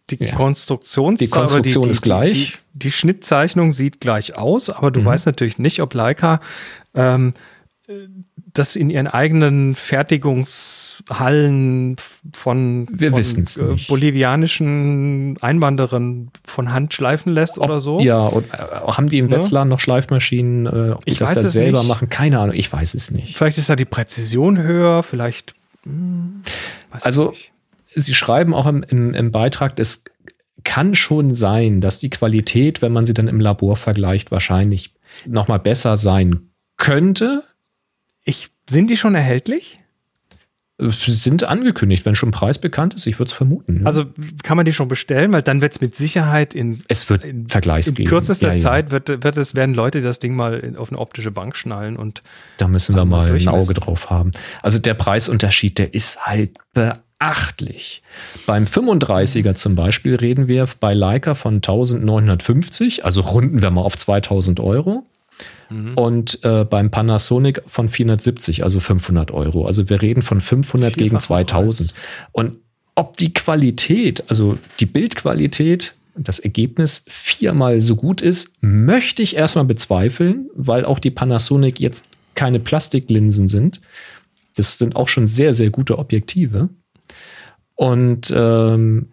S2: die
S1: ja.
S2: Konstruktions-
S1: die Konstruktion
S2: die, die,
S1: ist gleich.
S2: Die, die, die Schnittzeichnung sieht gleich aus, aber du
S1: Mhm.
S2: weißt natürlich nicht, ob Leica ähm, das in ihren eigenen Fertigungshallen von,
S1: Wir
S2: von
S1: wissen's
S2: äh,
S1: nicht.
S2: bolivianischen Einwanderern von Hand schleifen lässt
S1: Ob,
S2: oder so.
S1: Ja, und äh, haben die im
S2: Ne?
S1: Wetzlar noch Schleifmaschinen, äh, ob die
S2: Ich
S1: das
S2: weiß
S1: da
S2: es
S1: selber
S2: nicht.
S1: machen? Keine Ahnung, ich weiß es nicht.
S2: Vielleicht ist da die Präzision höher, vielleicht. Hm, weiß ich
S1: Also,
S2: nicht.
S1: Sie schreiben auch im, im, im Beitrag, es kann schon sein, dass die Qualität, wenn man sie dann im Labor vergleicht, wahrscheinlich noch mal besser sein könnte.
S2: Ich, sind die schon erhältlich?
S1: Sie sind angekündigt, wenn schon Preis bekannt ist. Ich würde es vermuten.
S2: Also kann man die schon bestellen, weil dann wird es mit Sicherheit in,
S1: es wird
S2: in,
S1: Vergleichs
S2: in
S1: geben.
S2: kürzester
S1: Ja, ja.
S2: Zeit wird, wird es, werden Leute das Ding mal in, auf eine optische Bank schnallen und
S1: Da müssen wir
S2: mal
S1: mal ein
S2: durchmessen.
S1: Auge drauf haben. Also der Preisunterschied, der ist halt beachtlich. Beim fünfunddreißiger zum Beispiel reden wir bei Leica von eintausendneunhundertfünfzig, also runden wir mal auf zweitausend Euro. Und äh, beim Panasonic von vierhundertsiebzig, also fünfhundert Euro. Also wir reden von fünfhundert
S2: Vierfach
S1: gegen zweitausend. Und ob die Qualität, also die Bildqualität, das Ergebnis viermal so gut ist, möchte ich erstmal bezweifeln, weil auch die Panasonic jetzt keine Plastiklinsen sind. Das sind auch schon sehr, sehr gute Objektive. Und ähm,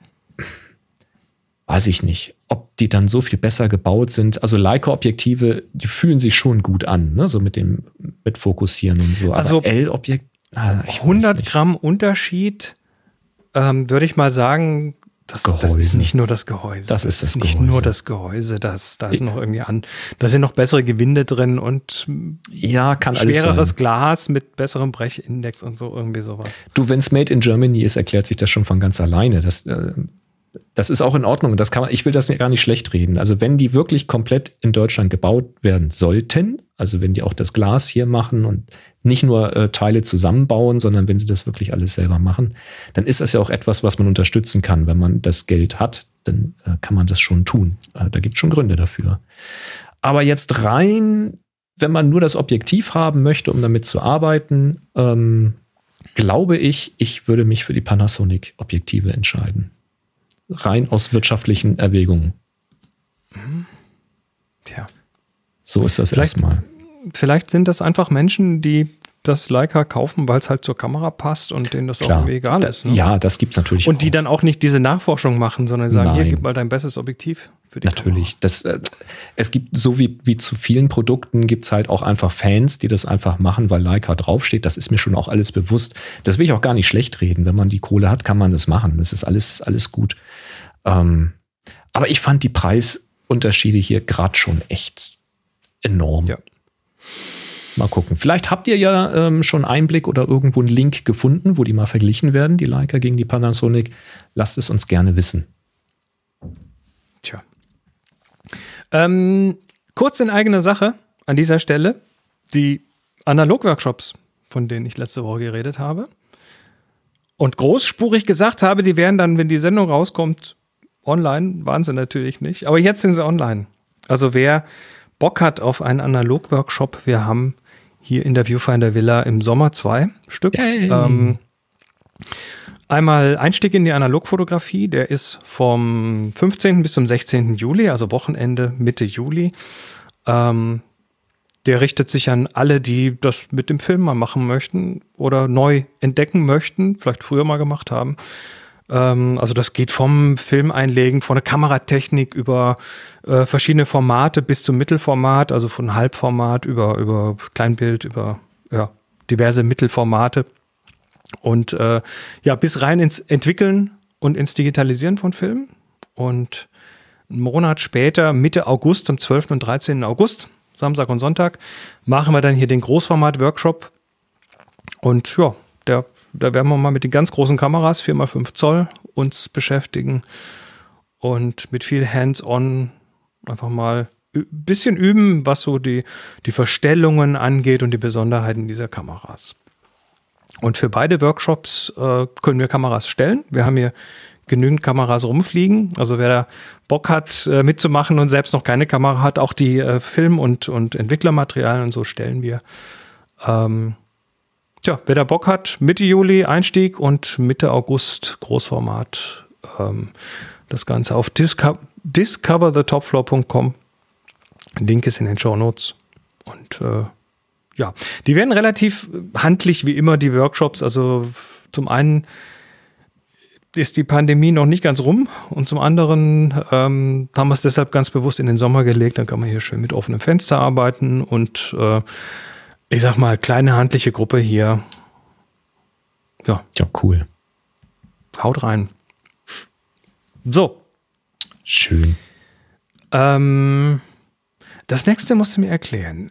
S1: weiß ich nicht, ob die dann so viel besser gebaut sind. Also Leica-Objektive, die fühlen sich schon gut an, ne? So mit dem mit Fokussieren und so.
S2: Also
S1: aber L-Objekt, ah, ich weiß
S2: hundert
S1: nicht.
S2: Gramm Unterschied, ähm, würde ich mal sagen, das, das ist
S1: Gehäuse.
S2: nicht nur das Gehäuse.
S1: Das ist das
S2: nicht
S1: Gehäuse.
S2: nur das Gehäuse, das, da ist noch irgendwie an. Da sind noch bessere Gewinde drin und
S1: Ja, kann alles
S2: schwereres
S1: sein.
S2: Glas mit besserem Brechindex und so, irgendwie sowas.
S1: Du, wenn es Made in Germany ist, erklärt sich das schon von ganz alleine. Das, äh, das ist auch in Ordnung. Das kann man, ich will das gar nicht schlecht reden. Also wenn die wirklich komplett in Deutschland gebaut werden sollten, also wenn die auch das Glas hier machen und nicht nur äh, Teile zusammenbauen, sondern wenn sie das wirklich alles selber machen, dann ist das ja auch etwas, was man unterstützen kann. Wenn man das Geld hat, dann äh, kann man das schon tun. Äh, da gibt es schon Gründe dafür. Aber jetzt rein, wenn man nur das Objektiv haben möchte, um damit zu arbeiten, ähm, glaube ich, ich würde mich für die Panasonic-Objektive entscheiden. Rein aus wirtschaftlichen Erwägungen.
S2: Tja.
S1: So ist das
S2: Vielleicht-
S1: erstmal.
S2: Vielleicht sind das einfach Menschen, die das Leica kaufen, weil es halt zur Kamera passt und denen das auch
S1: Klar.
S2: irgendwie egal
S1: Da-
S2: ist. Ne?
S1: Ja, das gibt es natürlich
S2: Und die
S1: auch.
S2: dann auch nicht diese Nachforschung machen, sondern sagen, hier,
S1: Nein.
S2: gib mal dein bestes Objektiv für die
S1: Natürlich. Das, äh, es gibt, so wie, wie zu vielen Produkten, gibt es halt auch einfach Fans, die das einfach machen, weil Leica draufsteht. Das ist mir schon auch alles bewusst. Das will ich auch gar nicht schlecht reden. Wenn man die Kohle hat, kann man das machen. Das ist alles, alles gut. Ähm, aber ich fand die Preisunterschiede hier gerade schon echt enorm.
S2: Ja.
S1: Mal gucken. Vielleicht habt ihr ja ähm, schon Einblick oder irgendwo einen Link gefunden, wo die mal verglichen werden, die Leica gegen die Panasonic. Lasst es uns gerne wissen.
S2: Tja. Ähm, kurz in eigener Sache an dieser Stelle. Die Analog-Workshops, von denen ich letzte Woche geredet habe und großspurig gesagt habe, die wären dann, wenn die Sendung rauskommt, online. Waren sie natürlich nicht. Aber jetzt sind sie online. Also wer Bock hat auf einen Analog-Workshop, wir haben hier in der Viewfinder Villa im Sommer zwei Stück.
S1: Yay.
S2: Ähm, einmal Einstieg in die Analogfotografie, der ist vom fünfzehnten bis zum sechzehnten Juli, also Wochenende Mitte Juli. Ähm, der richtet sich an alle, die das mit dem Film mal machen möchten oder neu entdecken möchten, vielleicht früher mal gemacht haben. Ähm, also das geht vom Film einlegen, von der Kameratechnik über äh, verschiedene Formate bis zum Mittelformat, also von Halbformat über, über Kleinbild, über ja, diverse Mittelformate. Und äh, ja, bis rein ins Entwickeln und ins Digitalisieren von Filmen. Und einen Monat später, Mitte August, am zwölften und dreizehnten August, Samstag und Sonntag, machen wir dann hier den Großformat-Workshop. Und ja, der, da werden wir mal mit den ganz großen Kameras, vier mal fünf Zoll, uns beschäftigen. Und mit viel Hands-on einfach mal ein bisschen üben, was so die, die Verstellungen angeht und die Besonderheiten dieser Kameras. Und für beide Workshops äh, können wir Kameras stellen. Wir haben hier genügend Kameras rumfliegen. Also wer da Bock hat, äh, mitzumachen und selbst noch keine Kamera hat, auch die äh, Film- und, und Entwicklermaterialien und so stellen wir. Ähm, tja, wer da Bock hat, Mitte Juli Einstieg und Mitte August Großformat. Ähm, Das Ganze auf disco- discover the top floor punkt com. Link ist in den Shownotes. Und äh, ja, die werden relativ handlich wie immer, die Workshops. Also zum einen ist die Pandemie noch nicht ganz rum und zum anderen ähm, haben wir es deshalb ganz bewusst in den Sommer gelegt. Dann kann man hier schön mit offenem Fenster arbeiten und äh, ich sag mal, kleine handliche Gruppe hier. Ja.
S1: Ja, cool.
S2: Haut rein. So.
S1: Schön.
S2: Ähm, das nächste musst du mir erklären.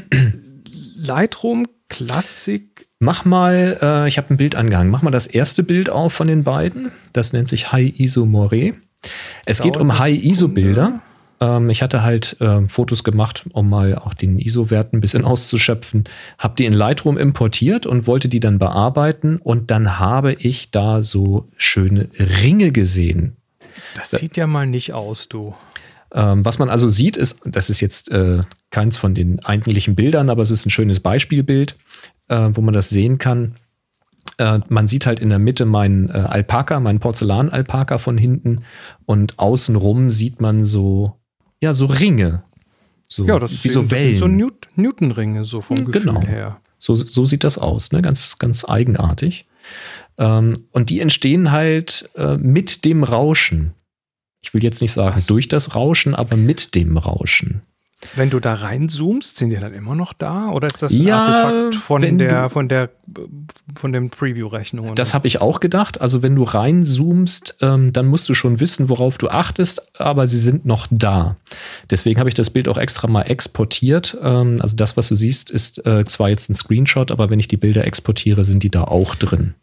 S2: Lightroom Classic.
S1: Mach mal, äh, ich habe ein Bild angehangen. Mach mal das erste Bild auf von den beiden. Das nennt sich High I S O Moire. Es
S2: Dauert
S1: geht um
S2: eine
S1: High I S O Bilder.
S2: Sekunde.
S1: Ähm, ich hatte halt äh, Fotos gemacht, um mal auch den I S O-Wert ein bisschen auszuschöpfen. Habe die in Lightroom importiert und wollte die dann bearbeiten. Und dann habe ich da so schöne Ringe gesehen.
S2: Das sieht ja mal nicht aus, du.
S1: Ähm, was man also sieht, ist, das ist jetzt äh, keins von den eigentlichen Bildern, aber es ist ein schönes Beispielbild, äh, wo man das sehen kann. Äh, man sieht halt in der Mitte meinen äh, Alpaka, meinen Porzellan-Alpaka von hinten und außenrum sieht man so, ja, so Ringe. So,
S2: Ja, das,
S1: wie
S2: sind,
S1: so
S2: das
S1: Wellen.
S2: sind so Newt- Newton-Ringe, so vom
S1: Hm,
S2: Gefühl
S1: genau.
S2: her.
S1: So, so sieht das aus, ne? Ganz, ganz eigenartig. Ähm, und die entstehen halt äh, mit dem Rauschen. Ich will jetzt nicht sagen
S2: Was?
S1: durch das Rauschen, aber mit dem Rauschen.
S2: Wenn du da reinzoomst, sind die dann immer noch da? Oder ist das ein
S1: Ja,
S2: Artefakt von
S1: wenn
S2: der,
S1: du-
S2: von der, von den Preview-Rechnungen?
S1: Das habe ich auch gedacht. Also wenn du reinzoomst, ähm, dann musst du schon wissen, worauf du achtest, aber sie sind noch da. Deswegen habe ich das Bild auch extra mal exportiert. Ähm, also das, was du siehst, ist äh, zwar jetzt ein Screenshot, aber wenn ich die Bilder exportiere, sind die da auch drin.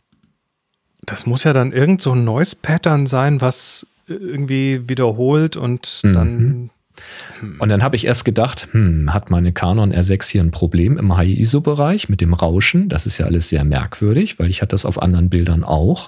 S2: Das muss ja dann irgend so ein neues Pattern sein, was irgendwie wiederholt und
S1: Mhm.
S2: dann.
S1: Und dann habe ich erst gedacht, hm, hat meine Canon R sechs hier ein Problem im High I S O-Bereich mit dem Rauschen? Das ist ja alles sehr merkwürdig, weil ich hatte das auf anderen Bildern auch.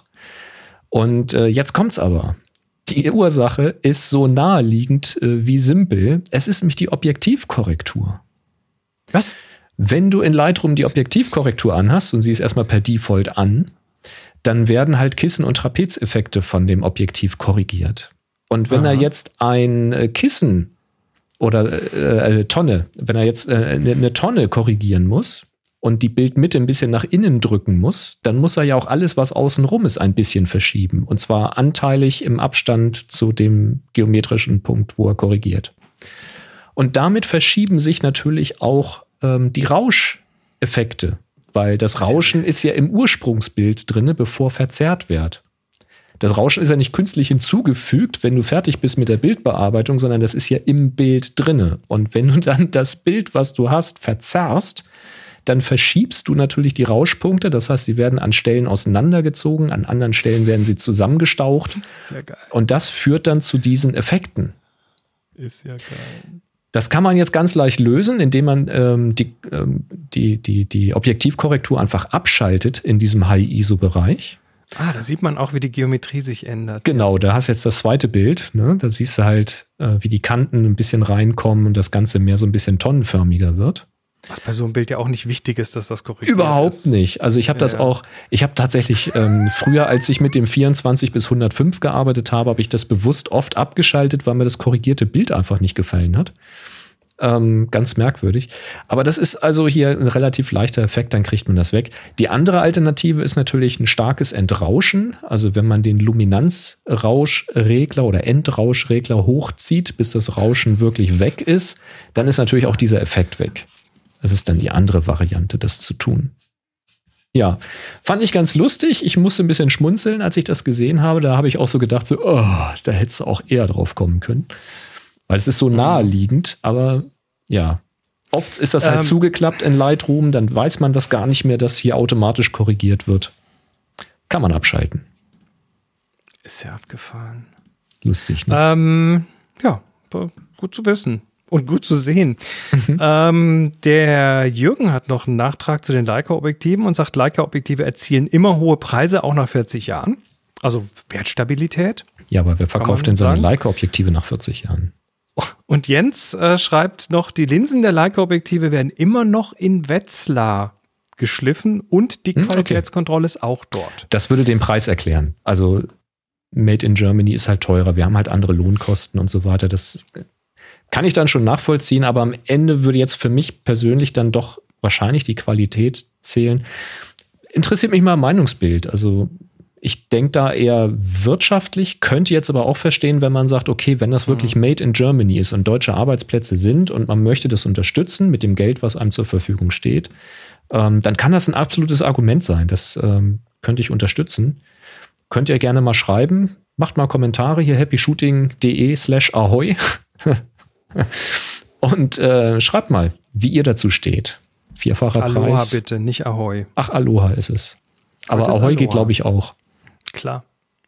S1: Und äh, jetzt kommt's aber. Die Ursache ist so naheliegend äh, wie simpel. Es ist nämlich die Objektivkorrektur.
S2: Was?
S1: Wenn du in Lightroom die Objektivkorrektur anhast und sie ist erstmal per Default an, dann werden halt Kissen- und Trapezeffekte von dem Objektiv korrigiert. Und wenn
S2: Aha.
S1: er jetzt ein äh, Kissen oder äh, äh, Tonne, wenn er jetzt äh, eine, eine Tonne korrigieren muss und die Bildmitte ein bisschen nach innen drücken muss, dann muss er ja auch alles, was außenrum ist, ein bisschen verschieben. Und zwar anteilig im Abstand zu dem geometrischen Punkt, wo er korrigiert. Und damit verschieben sich natürlich auch ähm, die Rauscheffekte, weil das Rauschen ist ja im Ursprungsbild drin, bevor verzerrt wird. Das Rauschen ist ja nicht künstlich hinzugefügt, wenn du fertig bist mit der Bildbearbeitung, sondern das ist ja im Bild drinne. Und wenn du dann das Bild, was du hast, verzerrst, dann verschiebst du natürlich die Rauschpunkte. Das heißt, sie werden an Stellen auseinandergezogen, an anderen Stellen werden sie zusammengestaucht.
S2: Sehr geil.
S1: Und das führt dann zu diesen Effekten.
S2: Ist ja geil.
S1: Das kann man jetzt ganz leicht lösen, indem man ähm, die, ähm, die, die, die Objektivkorrektur einfach abschaltet in diesem High I S O-Bereich.
S2: Ah, da sieht man auch, wie die Geometrie sich ändert.
S1: Genau, da hast du jetzt das zweite Bild. Ne? Da siehst du halt, äh, wie die Kanten ein bisschen reinkommen und das Ganze mehr so ein bisschen tonnenförmiger wird.
S2: Was bei so einem Bild ja auch nicht wichtig ist, dass das korrigiert
S1: Überhaupt
S2: ist.
S1: nicht. Also ich habe das
S2: Ja.
S1: auch, ich habe tatsächlich ähm, früher, als ich mit dem vierundzwanzig bis hundertfünf gearbeitet habe, habe ich das bewusst oft abgeschaltet, weil mir das korrigierte Bild einfach nicht gefallen hat. Ähm, ganz merkwürdig. Aber das ist also hier ein relativ leichter Effekt, dann kriegt man das weg. Die andere Alternative ist natürlich ein starkes Entrauschen. Also wenn man den Luminanzrauschregler oder Entrauschregler hochzieht, bis das Rauschen wirklich weg ist, dann ist natürlich auch dieser Effekt weg. Das ist dann die andere Variante, das zu tun. Ja, fand ich ganz lustig. Ich musste ein bisschen schmunzeln, als ich das gesehen habe. Da habe ich auch so gedacht, so, oh, da hättest du auch eher drauf kommen können. Weil es ist so naheliegend, aber ja. Oft ist das halt
S2: Ähm,
S1: zugeklappt in Lightroom, dann weiß man das gar nicht mehr, dass hier automatisch korrigiert wird. Kann man abschalten.
S2: Ist ja abgefahren.
S1: Lustig, ne?
S2: Ähm, ja, gut zu wissen. Und gut zu sehen. ähm, der Jürgen hat noch einen Nachtrag zu den Leica-Objektiven und sagt, Leica-Objektive erzielen immer hohe Preise, auch nach vierzig Jahren. Also Wertstabilität.
S1: Ja, aber wer verkauft
S2: man
S1: denn seine
S2: sagen?
S1: Leica-Objektive nach vierzig Jahren?
S2: Und Jens äh, schreibt noch, die Linsen der Leica-Objektive werden immer noch in Wetzlar geschliffen und die
S1: Hm, okay.
S2: Qualitätskontrolle ist auch dort.
S1: Das würde den Preis erklären. Also Made in Germany ist halt teurer. Wir haben halt andere Lohnkosten und so weiter. Das kann ich dann schon nachvollziehen, aber am Ende würde jetzt für mich persönlich dann doch wahrscheinlich die Qualität zählen. Interessiert mich mal Meinungsbild. Also ich denke da eher wirtschaftlich, könnte jetzt aber auch verstehen, wenn man sagt, okay, wenn das wirklich Made in Germany ist und deutsche Arbeitsplätze sind und man möchte das unterstützen mit dem Geld, was einem zur Verfügung steht, ähm, dann kann das ein absolutes Argument sein. Das ähm, könnte ich unterstützen. Könnt ihr gerne mal schreiben. Macht mal Kommentare hier, happyshooting.de slash ahoy. Und äh, schreibt mal, wie ihr dazu steht. Vierfacher
S2: Aloha
S1: Preis.
S2: bitte, nicht Ahoi.
S1: Ach, Aloha ist es. Aber
S2: Heute ist
S1: Ahoi
S2: Aloha.
S1: geht, glaube ich, auch.
S2: Klar.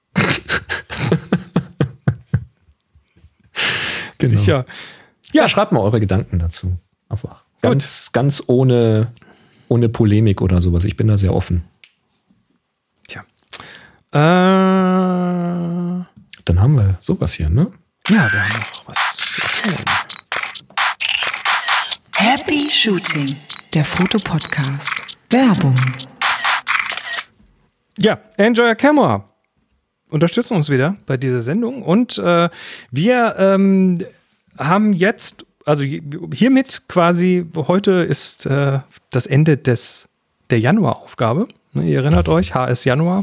S1: Genau.
S2: Sicher.
S1: Ja, schreibt mal eure Gedanken dazu. Einfach. Ganz, ganz ohne, ohne Polemik oder sowas. Ich bin da sehr offen.
S2: Tja. Äh,
S1: Dann haben wir sowas hier, ne?
S2: ja, wir haben noch was zu erzählen.
S5: Happy Shooting, der Fotopodcast. Werbung.
S2: Ja, Enjoy Your Camera unterstützen uns wieder bei dieser Sendung und äh, wir ähm, haben jetzt, also hiermit quasi, heute ist äh, das Ende des, der Januaraufgabe. Ne, ihr erinnert euch, H S Januar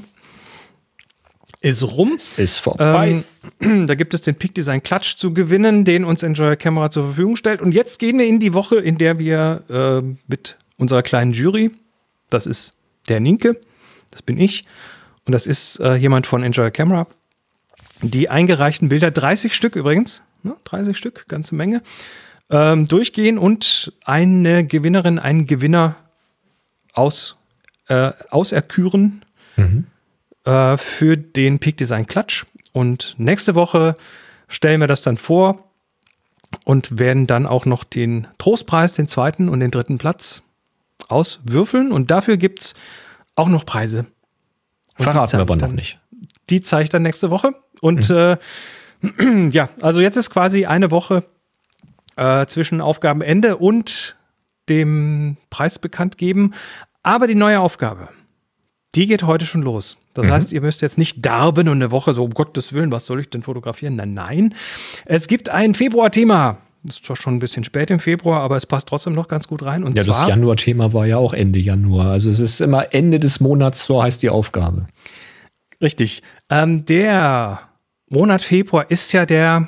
S2: ist rum.
S1: Ist vorbei.
S2: Ähm, da gibt es den Peak Design Klatsch zu gewinnen, den uns Enjoy Your Camera zur Verfügung stellt. Und jetzt gehen wir in die Woche, in der wir äh, mit unserer kleinen Jury, das ist der Nienke, das bin ich. Und das ist äh, jemand von Enjoy Your Camera. Die eingereichten Bilder, dreißig Stück übrigens, ne, dreißig Stück, ganze Menge, ähm, durchgehen und eine Gewinnerin, einen Gewinner aus, äh, auserküren
S1: Mhm.
S2: äh, für den Peak Design Klatsch. Und nächste Woche stellen wir das dann vor und werden dann auch noch den Trostpreis, den zweiten und den dritten Platz auswürfeln. Und dafür gibt es auch noch Preise. Und
S1: Verraten wir aber
S2: dann,
S1: noch nicht.
S2: Die zeige ich dann nächste Woche. Und mhm. äh, ja, also jetzt ist quasi eine Woche äh, zwischen Aufgabenende und dem Preis bekannt geben. Aber die neue Aufgabe, die geht heute schon los. Das mhm. heißt, ihr müsst jetzt nicht darben und eine Woche so, um Gottes Willen, was soll ich denn fotografieren? Nein, nein. Es gibt ein Februar-Thema. Das ist zwar schon ein bisschen spät im Februar, aber es passt trotzdem noch ganz gut rein. Und
S1: Ja,
S2: zwar,
S1: das Januar-Thema war ja auch Ende Januar. Also es ist immer Ende des Monats, so heißt die Aufgabe.
S2: Richtig. Ähm, der Monat Februar ist ja der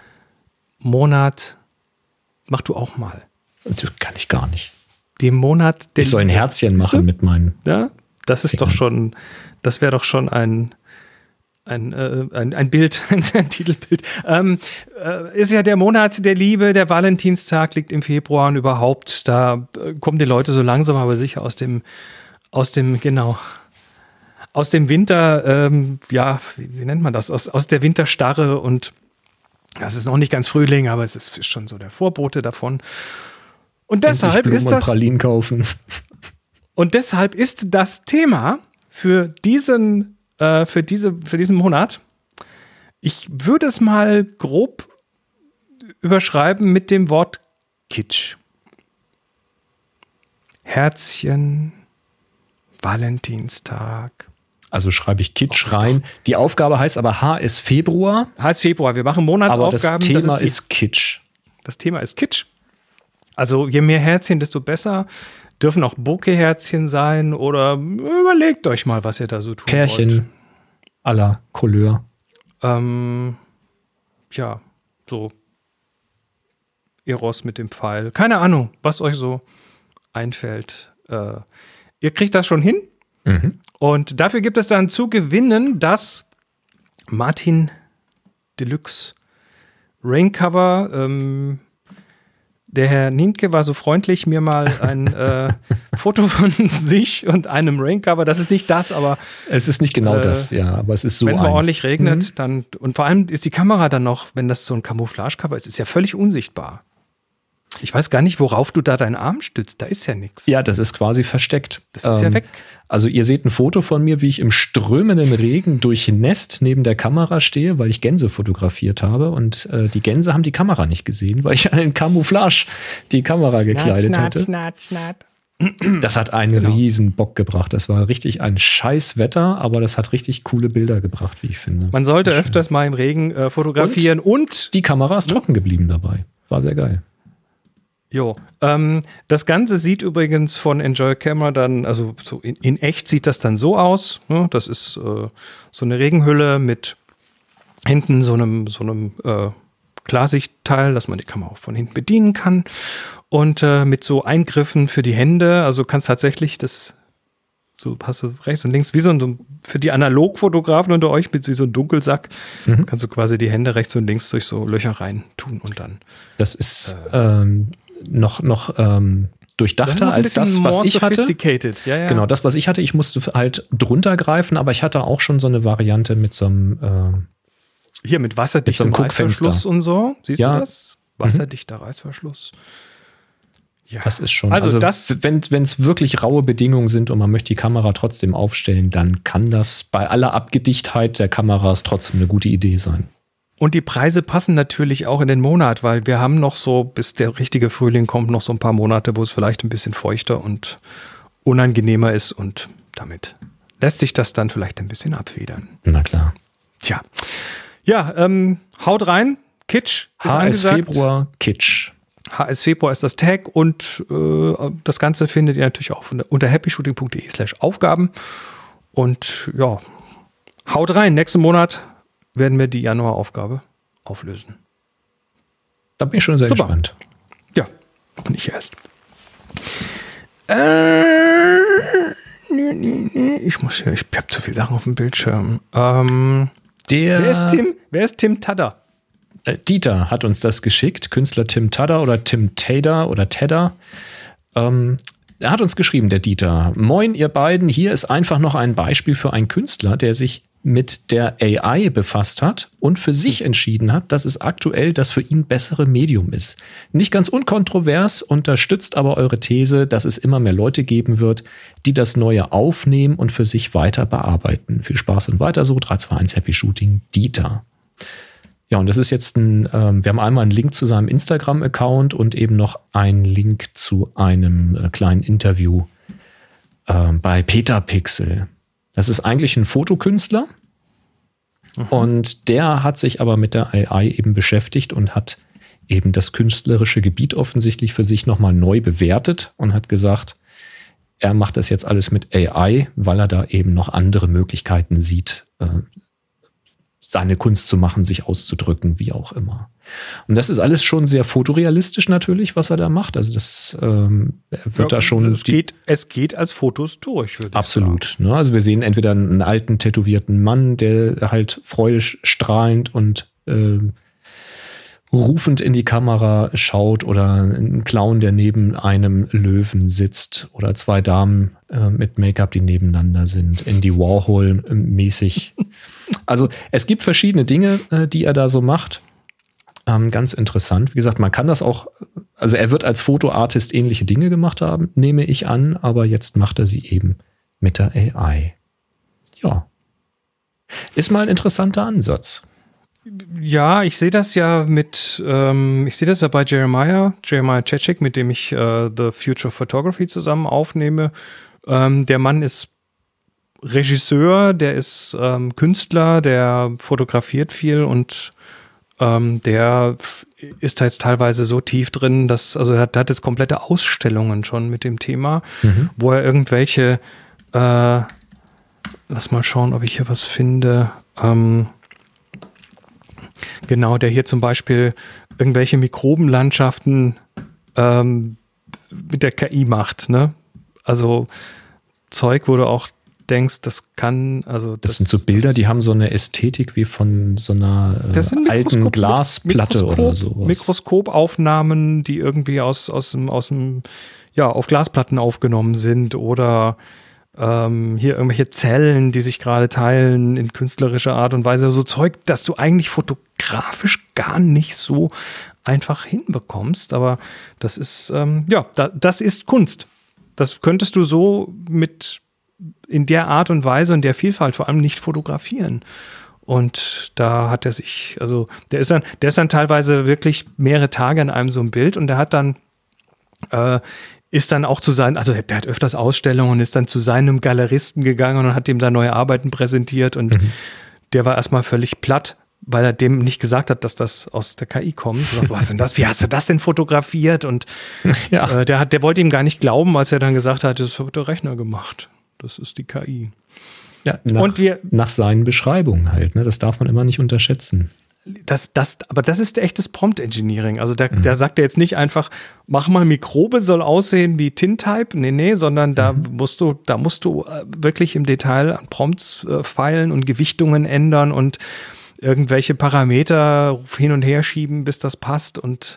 S2: Monat, mach du auch mal.
S1: Das kann ich gar nicht.
S2: Den Monat, den
S1: Ich soll ein Herzchen machen mit meinen.
S2: Ja, das ist doch schon, das wäre doch schon ein, ein, äh, ein, ein Bild, ein Titelbild. Ähm, äh, ist ja der Monat der Liebe, der Valentinstag liegt im Februar und überhaupt, da äh, kommen die Leute so langsam aber sicher aus dem, aus dem, genau, aus dem Winter, ähm, ja, wie, wie nennt man das, aus, aus der Winterstarre und es ist noch nicht ganz Frühling, aber es ist schon so der Vorbote davon. Und deshalb
S1: Blumen
S2: ist
S1: und
S2: das
S1: Pralinen kaufen.
S2: und deshalb ist das Thema für diesen äh, für diese für diesen Monat, ich würde es mal grob überschreiben mit dem Wort Kitsch. Herzchen, Valentinstag.
S1: Also schreibe ich Kitsch rein. Die Aufgabe heißt aber H ist Februar.
S2: Heißt Februar. Wir machen
S1: Aber
S2: Monatsaufgaben.
S1: das Thema
S2: das ist, die,
S1: ist Kitsch.
S2: das Thema ist Kitsch. Also je mehr Herzchen, desto besser. Dürfen auch Bokeh-Herzchen sein oder überlegt euch mal, was ihr da so tun
S1: Pärchen
S2: wollt.
S1: à la Couleur.
S2: Ähm, ja, so Eros mit dem Pfeil. Keine Ahnung, was euch so einfällt. Äh, ihr kriegt das schon hin.
S1: Mhm.
S2: Und dafür gibt es dann zu gewinnen das Martin Deluxe Raincover. Ähm, der Herr Nienke war so freundlich, mir mal ein äh, Foto von sich und einem Raincover. Das ist nicht das, aber
S1: Es ist nicht genau
S2: Äh,
S1: das, ja, aber es ist so
S2: wenn es mal
S1: eins.
S2: ordentlich regnet,
S1: Mhm.
S2: dann und vor allem ist die Kamera dann noch, wenn das so ein Camouflage-Cover ist, ist ja völlig unsichtbar. Ich weiß gar nicht, worauf du da deinen Arm stützt. Da ist ja nichts.
S1: Ja, das ist quasi versteckt.
S2: Das ist ja weg.
S1: Also ihr seht ein Foto von mir, wie ich im strömenden Regen durchnässt neben der Kamera stehe, weil ich Gänse fotografiert habe. Und äh, die Gänse haben die Kamera nicht gesehen, weil ich in Camouflage die Kamera gekleidet hatte.
S2: Schnat, schnat.
S1: Das hat einen
S2: Genau.
S1: riesen Bock gebracht. Das war richtig ein scheiß Wetter, aber das hat richtig coole Bilder gebracht, wie ich finde.
S2: Man sollte
S1: Schön.
S2: öfters mal im Regen äh, fotografieren und,
S1: Die Kamera ist trocken geblieben dabei. War sehr geil.
S2: jo, ähm, das Ganze sieht übrigens von Enjoy Camera dann, also so in, in echt sieht das dann so aus. Ne? Das ist äh, so eine Regenhülle mit hinten so einem, so einem äh, Klarsichtteil, dass man die Kamera auch von hinten bedienen kann. Und äh, mit so Eingriffen für die Hände, also kannst tatsächlich das, so hast du rechts und links, wie so ein, so für die Analogfotografen unter euch, mit so so einem Dunkelsack,
S1: Mhm.
S2: kannst du quasi die Hände rechts und links durch so Löcher rein tun und dann.
S1: Das ist ähm, noch, noch ähm, durchdachter
S2: noch ein
S1: als das,
S2: bisschen
S1: was
S2: more
S1: ich hatte.
S2: sophisticated. Ja, ja.
S1: Genau, das, was ich hatte, ich musste halt drunter greifen, aber ich hatte auch schon so eine Variante mit so einem äh,
S2: Hier mit wasserdichtem
S1: Mit so einem Guckfenster.
S2: Reißverschluss und so. Siehst
S1: Ja.
S2: du das? Wasserdichter Reißverschluss. Ja.
S1: Das ist schon,
S2: Also
S1: also,
S2: das-
S1: wenn es wirklich raue Bedingungen sind und man möchte die Kamera trotzdem aufstellen, dann kann das bei aller Abgedichtheit der Kameras trotzdem eine gute Idee sein.
S2: Und die Preise passen natürlich auch in den Monat, weil wir haben noch so, bis der richtige Frühling kommt, noch so ein paar Monate, wo es vielleicht ein bisschen feuchter und unangenehmer ist und damit lässt sich das dann vielleicht ein bisschen abfedern.
S1: Na klar.
S2: Tja. Ja, ähm, haut rein. Kitsch ist
S1: H S
S2: angesagt.
S1: Februar, Kitsch.
S2: H S Februar ist das Tag und äh, das Ganze findet ihr natürlich auch unter, unter happyshooting.de slash Aufgaben. Und ja, haut rein. Nächsten Monat werden wir die Januaraufgabe auflösen.
S1: Da bin ich schon sehr
S2: Super.
S1: gespannt.
S2: Ja, noch nicht erst. Äh, nee, nee, nee. Ich muss hier, ich habe zu viele Sachen auf dem Bildschirm. Ähm,
S1: Der
S2: wer ist Tim? Wer ist Tim Tadder?
S1: äh, Dieter hat uns das geschickt, Künstler Tim Tadder oder Tim Tader oder Tedder. Ähm, er hat uns geschrieben, der Dieter. Moin, ihr beiden, hier ist einfach noch ein Beispiel für einen Künstler, der sich mit der A I befasst hat und für sich entschieden hat, dass es aktuell das für ihn bessere Medium ist. Nicht ganz unkontrovers, unterstützt aber eure These, dass es immer mehr Leute geben wird, die das Neue aufnehmen und für sich weiter bearbeiten. Viel Spaß und weiter so. drei zwei eins Happy Shooting, Dieter. Ja, und das ist jetzt ein, ähm, wir haben einmal einen Link zu seinem Instagram-Account und eben noch einen Link zu einem äh, kleinen Interview ähm, bei Petapixel. Das ist eigentlich ein Fotokünstler und der hat sich aber mit der A I eben beschäftigt und hat eben das künstlerische Gebiet offensichtlich für sich nochmal neu bewertet und hat gesagt, er macht das jetzt alles mit A I, weil er da eben noch andere Möglichkeiten sieht, äh, seine Kunst zu machen, sich auszudrücken, wie auch immer. Und das ist alles schon sehr fotorealistisch natürlich, was er da macht. Also das ähm, er wird
S2: Ja,
S1: da schon
S2: es
S1: die-
S2: geht, es geht als Fotos durch, würde ich
S1: Absolut. Ne? Also wir sehen entweder einen alten, tätowierten Mann, der halt freudestrahlend und äh, rufend in die Kamera schaut oder einen Clown, der neben einem Löwen sitzt oder zwei Damen äh, mit Make-up, die nebeneinander sind, Andy Warhol-mäßig. Also es gibt verschiedene Dinge, äh, die er da so macht. Ähm, ganz interessant. Wie gesagt, man kann das auch, also er wird als Fotoartist ähnliche Dinge gemacht haben, nehme ich an, aber jetzt macht er sie eben mit der A I. Ja. Ist mal ein interessanter Ansatz.
S2: Ja, ich sehe das ja mit, ähm, ich sehe das ja bei Jeremiah, Jeremiah Cecik, mit dem ich äh, The Future of Photography zusammen aufnehme. Ähm, der Mann ist Regisseur, der ist ähm, Künstler, der fotografiert viel und ähm, der ist da jetzt teilweise so tief drin, dass, also er hat, hat jetzt komplette Ausstellungen schon mit dem Thema,
S1: Mhm.
S2: wo er irgendwelche, äh, lass mal schauen, ob ich hier was finde, ähm, genau, der hier zum Beispiel irgendwelche Mikrobenlandschaften ähm, mit der K I macht, ne? Also Zeug, wo du auch denkst, das kann, also
S1: Das, das sind so Bilder,
S2: das,
S1: die haben so eine Ästhetik wie von so einer äh,
S2: das sind
S1: alten
S2: Mikroskop-
S1: Glasplatte
S2: Mikroskop-
S1: oder sowas.
S2: Mikroskopaufnahmen, die irgendwie aus, aus dem, aus dem, ja, auf Glasplatten aufgenommen sind oder ähm, hier irgendwelche Zellen, die sich gerade teilen in künstlerischer Art und Weise. So Zeug, das du eigentlich fotografisch gar nicht so einfach hinbekommst. Aber das ist, ähm, ja, da, das ist Kunst. Das könntest du so mit in der Art und Weise und der Vielfalt vor allem nicht fotografieren. Und da hat er sich, also der ist dann, der ist dann teilweise wirklich mehrere Tage an einem so einem Bild und der hat dann äh, ist dann auch zu seinen, also der hat öfters Ausstellungen und ist dann zu seinem Galeristen gegangen und hat ihm da neue Arbeiten präsentiert und mhm. der war erstmal völlig platt, weil er dem nicht gesagt hat, dass das aus der K I kommt. So, was denn das? Wie hast du das denn fotografiert? Und ja. äh, der hat, der wollte ihm gar nicht glauben, als er dann gesagt hat, das hat der Rechner gemacht. Das ist die K I.
S1: Ja, nach, und wir, nach seinen Beschreibungen halt, ne? Das darf man immer nicht unterschätzen.
S2: Das, das, aber das ist echtes Prompt-Engineering. Also da, mhm. da sagt er jetzt nicht einfach, mach mal Mikrobe, soll aussehen wie Tintype. Nee, nee, sondern da mhm. musst du, da musst du wirklich im Detail an Prompts äh, feilen und Gewichtungen ändern und irgendwelche Parameter hin und her schieben, bis das passt. Und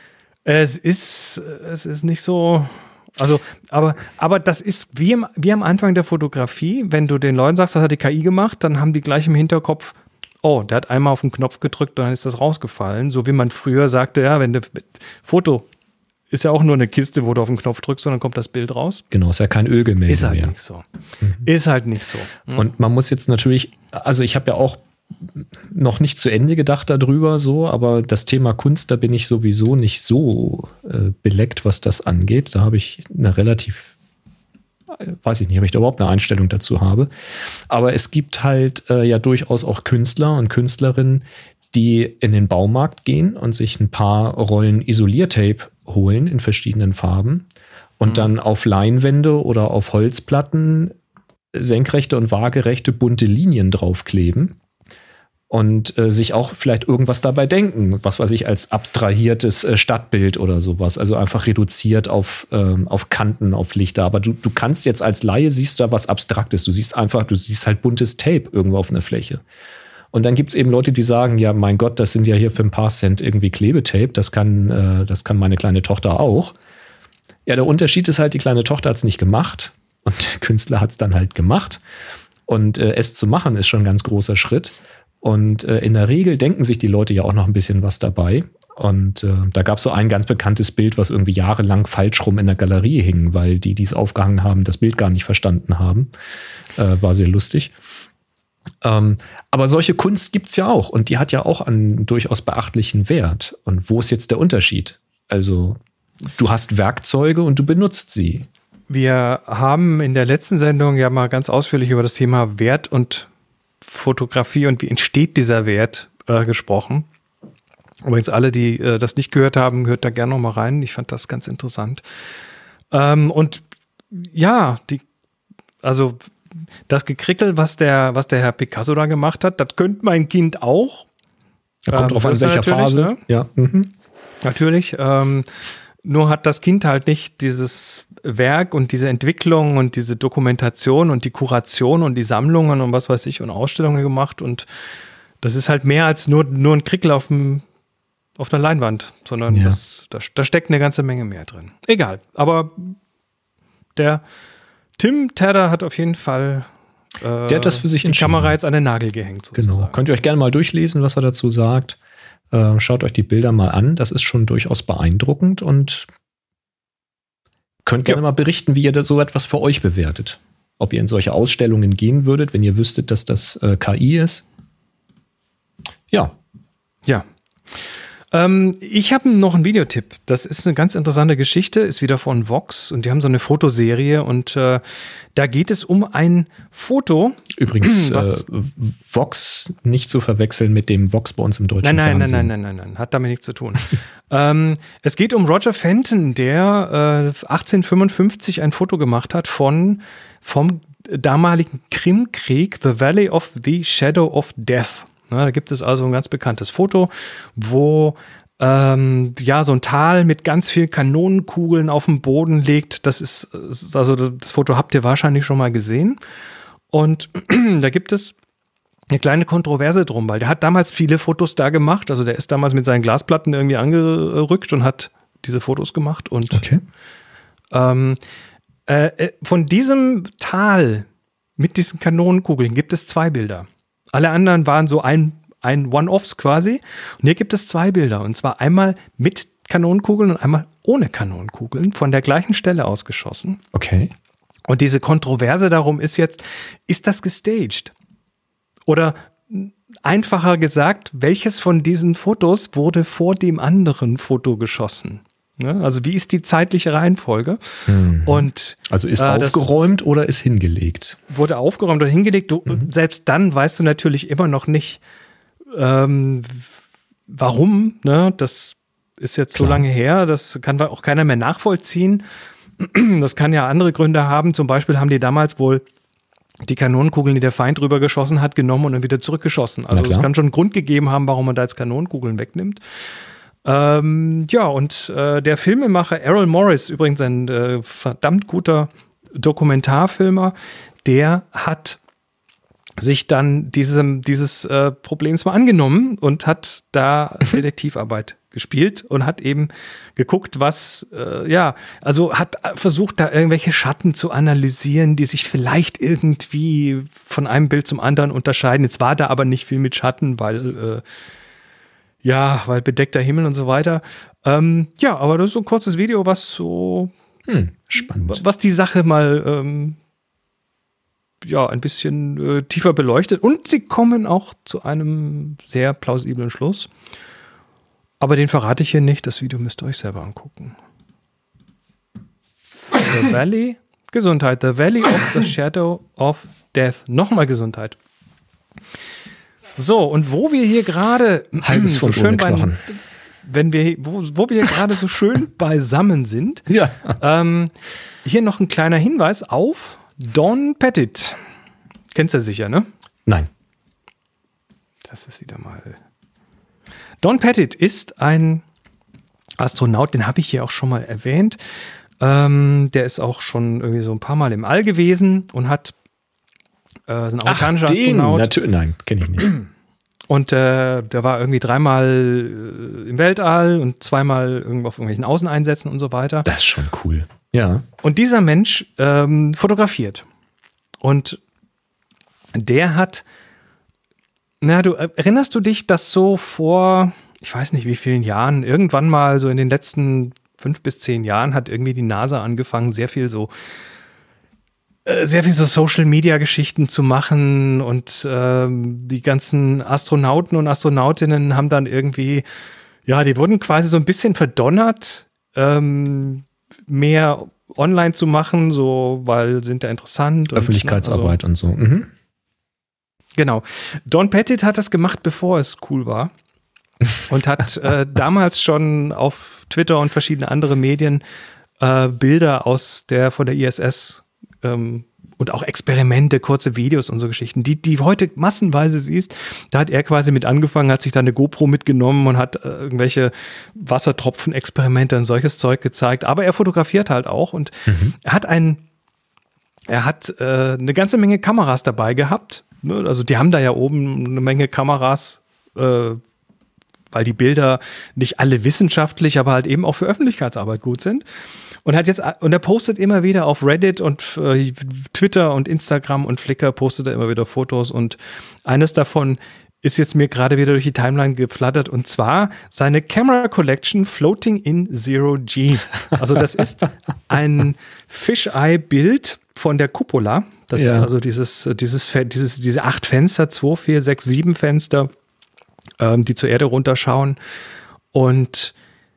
S2: es ist, es ist nicht so. Also, aber, aber das ist wie, im, wie am Anfang der Fotografie, wenn du den Leuten sagst, das hat die K I gemacht, dann haben die gleich im Hinterkopf, oh, der hat einmal auf den Knopf gedrückt und dann ist das rausgefallen. So wie man früher sagte, ja, wenn du Foto ist ja auch nur eine Kiste, wo du auf den Knopf drückst und dann kommt das Bild raus.
S1: Genau, ist ja kein Ölgemälde
S2: Ist halt
S1: mehr.
S2: nicht so. Mhm. Ist halt nicht so. Mhm.
S1: Und man muss jetzt natürlich, also ich habe ja auch noch nicht zu Ende gedacht darüber, so, aber das Thema Kunst, da bin ich sowieso nicht so äh, beleckt, was das angeht. Da habe ich eine relativ weiß ich nicht, ob ich da überhaupt eine Einstellung dazu habe. Aber es gibt halt äh, ja durchaus auch Künstler und Künstlerinnen, die in den Baumarkt gehen und sich ein paar Rollen Isoliertape holen in verschiedenen Farben und mhm. dann auf Leinwände oder auf Holzplatten senkrechte und waagerechte bunte Linien draufkleben. Und äh, sich auch vielleicht irgendwas dabei denken, was weiß ich, als abstrahiertes äh, Stadtbild oder sowas. Also einfach reduziert auf, ähm, auf Kanten, auf Lichter. Aber du, du kannst jetzt als Laie, siehst du da was Abstraktes. Du siehst einfach, du siehst halt buntes Tape irgendwo auf einer Fläche. Und dann gibt es eben Leute, die sagen, ja, mein Gott, das sind ja hier für ein paar Cent irgendwie Klebetape. Das kann, äh, das kann meine kleine Tochter auch. Ja, der Unterschied ist halt, die kleine Tochter hat es nicht gemacht. Und der Künstler hat es dann halt gemacht. Und äh, es zu machen ist schon ein ganz großer Schritt. Und äh, in der Regel denken sich die Leute ja auch noch ein bisschen was dabei. Und äh, da gab es so ein ganz bekanntes Bild, was irgendwie jahrelang falsch rum in der Galerie hing, weil die, die es aufgehangen haben, das Bild gar nicht verstanden haben. Äh, war sehr lustig. Ähm, aber solche Kunst gibt es ja auch. Und die hat ja auch einen durchaus beachtlichen Wert. Und wo ist jetzt der Unterschied? Also du hast Werkzeuge und du benutzt sie.
S2: Wir haben in der letzten Sendung ja mal ganz ausführlich über das Thema Wert und Fotografie und wie entsteht dieser Wert äh, gesprochen. Übrigens alle, die äh, das nicht gehört haben, hört da gerne noch mal rein. Ich fand das ganz interessant. Ähm, und ja, die, also das Gekrickel, was der, was der Herr Picasso da gemacht hat, das könnte mein Kind auch.
S1: Da kommt ähm, drauf an, in welcher Phase.
S2: Ne?
S1: Ja. Mhm.
S2: Natürlich. Ähm, nur hat das Kind halt nicht dieses Werk und diese Entwicklung und diese Dokumentation und die Kuration und die Sammlungen und was weiß ich und Ausstellungen gemacht. Und das ist halt mehr als nur, nur ein Krickel auf, dem, auf der Leinwand, sondern
S1: ja.
S2: das, da, da steckt eine ganze Menge mehr drin. Egal, aber der Tim Tadder hat auf jeden Fall äh,
S1: der hat das für sich
S2: die Kamera jetzt an den Nagel gehängt. Sozusagen.
S1: Genau, könnt ihr euch gerne mal durchlesen, was er dazu sagt. Äh, schaut euch die Bilder mal an, das ist schon durchaus beeindruckend und könnt gerne ja. mal berichten, wie ihr da so etwas für euch bewertet. Ob ihr in solche Ausstellungen gehen würdet, wenn ihr wüsstet, dass das äh, K I ist. Ja.
S2: Ja. Ähm, ich habe noch einen Videotipp. Das ist eine ganz interessante Geschichte, ist wieder von Vox und die haben so eine Fotoserie und äh, da geht es um ein Foto.
S1: Übrigens, äh, Vox nicht zu verwechseln mit dem Vox bei uns im deutschen
S2: nein, nein,
S1: Fernsehen.
S2: Nein, nein, nein, nein, nein, hat damit nichts zu tun. ähm, es geht um Roger Fenton, der äh, achtzehnhundertfünfundfünfzig ein Foto gemacht hat von vom damaligen Krimkrieg, The Valley of the Shadow of Death. Na, da gibt es also ein ganz bekanntes Foto, wo ähm, ja so ein Tal mit ganz viel Kanonenkugeln auf dem Boden liegt. Das ist, also das Foto habt ihr wahrscheinlich schon mal gesehen. Und da gibt es eine kleine Kontroverse drum, weil der hat damals viele Fotos da gemacht. Also der ist damals mit seinen Glasplatten irgendwie angerückt und hat diese Fotos gemacht. Und
S1: okay.
S2: ähm, äh, von diesem Tal mit diesen Kanonenkugeln gibt es zwei Bilder. Alle anderen waren so ein, ein One-Offs quasi. Und hier gibt es zwei Bilder. Und zwar einmal mit Kanonenkugeln und einmal ohne Kanonenkugeln von der gleichen Stelle aus geschossen.
S1: Okay.
S2: Und diese Kontroverse darum ist jetzt, ist das gestaged? Oder einfacher gesagt, welches von diesen Fotos wurde vor dem anderen Foto geschossen? Ne? Also wie ist die zeitliche Reihenfolge?
S1: Mhm.
S2: Und
S1: also ist
S2: äh,
S1: aufgeräumt oder ist hingelegt?
S2: Wurde aufgeräumt oder hingelegt. Du,
S1: Mhm.
S2: Selbst dann weißt du natürlich immer noch nicht, ähm, warum. Ne? Das ist jetzt
S1: Klar.
S2: so lange her, das kann auch keiner mehr nachvollziehen. Das kann ja andere Gründe haben. Zum Beispiel haben die damals wohl die Kanonenkugeln, die der Feind drüber geschossen hat, genommen und dann wieder zurückgeschossen. Also es kann schon einen Grund gegeben haben, warum man da jetzt Kanonenkugeln wegnimmt. Ähm, ja, und äh, der Filmemacher Errol Morris, übrigens ein äh, verdammt guter Dokumentarfilmer, der hat sich dann diesem, dieses äh, Problems mal angenommen und hat da Detektivarbeit gespielt und hat eben geguckt, was, äh, ja, also hat versucht, da irgendwelche Schatten zu analysieren, die sich vielleicht irgendwie von einem Bild zum anderen unterscheiden. Jetzt war da aber nicht viel mit Schatten, weil äh, ja, weil bedeckter Himmel und so weiter. Ähm, ja, aber das ist so ein kurzes Video, was so
S1: Hm, spannend.
S2: was die Sache mal ähm, ja, ein bisschen äh, tiefer beleuchtet. Und sie kommen auch zu einem sehr plausiblen Schluss. Aber den verrate ich hier nicht. Das Video müsst ihr euch selber angucken. The Valley, Gesundheit. The Valley of the Shadow of Death. Nochmal Gesundheit. So, und wo wir hier gerade
S1: Halbes
S2: so
S1: Pfund
S2: schön
S1: ohne
S2: bei,
S1: Knochen.
S2: wenn wir, wo, wo wir hier gerade so schön beisammen sind,
S1: Ja.
S2: ähm, hier noch ein kleiner Hinweis auf Don Pettit. Kennst du sicher, ne?
S1: Nein.
S2: Das ist wieder mal. Don Pettit ist ein Astronaut, den habe ich hier auch schon mal erwähnt. Ähm, der ist auch schon irgendwie so ein paar Mal im All gewesen und hat äh, ist ein amerikanischer
S1: Ach, den,
S2: Astronaut.
S1: natürlich, nein, kenne ich nicht.
S2: Und äh, der war irgendwie dreimal äh, im Weltall und zweimal irgendwo auf irgendwelchen Außeneinsätzen und so weiter.
S1: Das ist schon cool. Ja.
S2: Und dieser Mensch ähm, fotografiert. Und der hat, na, du erinnerst du dich, dass so vor, ich weiß nicht wie vielen Jahren, irgendwann mal so in den letzten fünf bis zehn Jahren hat irgendwie die NASA angefangen, sehr viel so sehr viel so Social-Media-Geschichten zu machen und ähm, die ganzen Astronauten und Astronautinnen haben dann irgendwie, ja, die wurden quasi so ein bisschen verdonnert, ähm, mehr online zu machen, so, weil sind ja interessant. Und,
S1: Öffentlichkeitsarbeit
S2: also,
S1: und so. Mhm.
S2: Genau. Don Pettit hat das gemacht, bevor es cool war und hat äh, damals schon auf Twitter und verschiedene andere Medien äh, Bilder aus der, von der I S S Ähm, und auch Experimente, kurze Videos und so Geschichten, die die heute massenweise siehst. Da hat er quasi mit angefangen, hat sich da eine GoPro mitgenommen und hat äh, irgendwelche Wassertropfen-Experimente und solches Zeug gezeigt. Aber er fotografiert halt auch und mhm. er hat ein, er hat äh, eine ganze Menge Kameras dabei gehabt. Ne? Also die haben da ja oben eine Menge Kameras, äh, weil die Bilder nicht alle wissenschaftlich, aber halt eben auch für Öffentlichkeitsarbeit gut sind. Und hat jetzt, und er postet immer wieder auf Reddit und äh, Twitter und Instagram und Flickr postet er immer wieder Fotos und eines davon ist jetzt mir gerade wieder durch die Timeline geflattert und zwar seine Camera Collection Floating in Zero G. Also das ist ein Fisheye-Bild von der Cupola. Das
S1: ja.
S2: ist also dieses, dieses, dieses, diese acht Fenster, zwei, vier, sechs, sieben Fenster, ähm, die zur Erde runterschauen und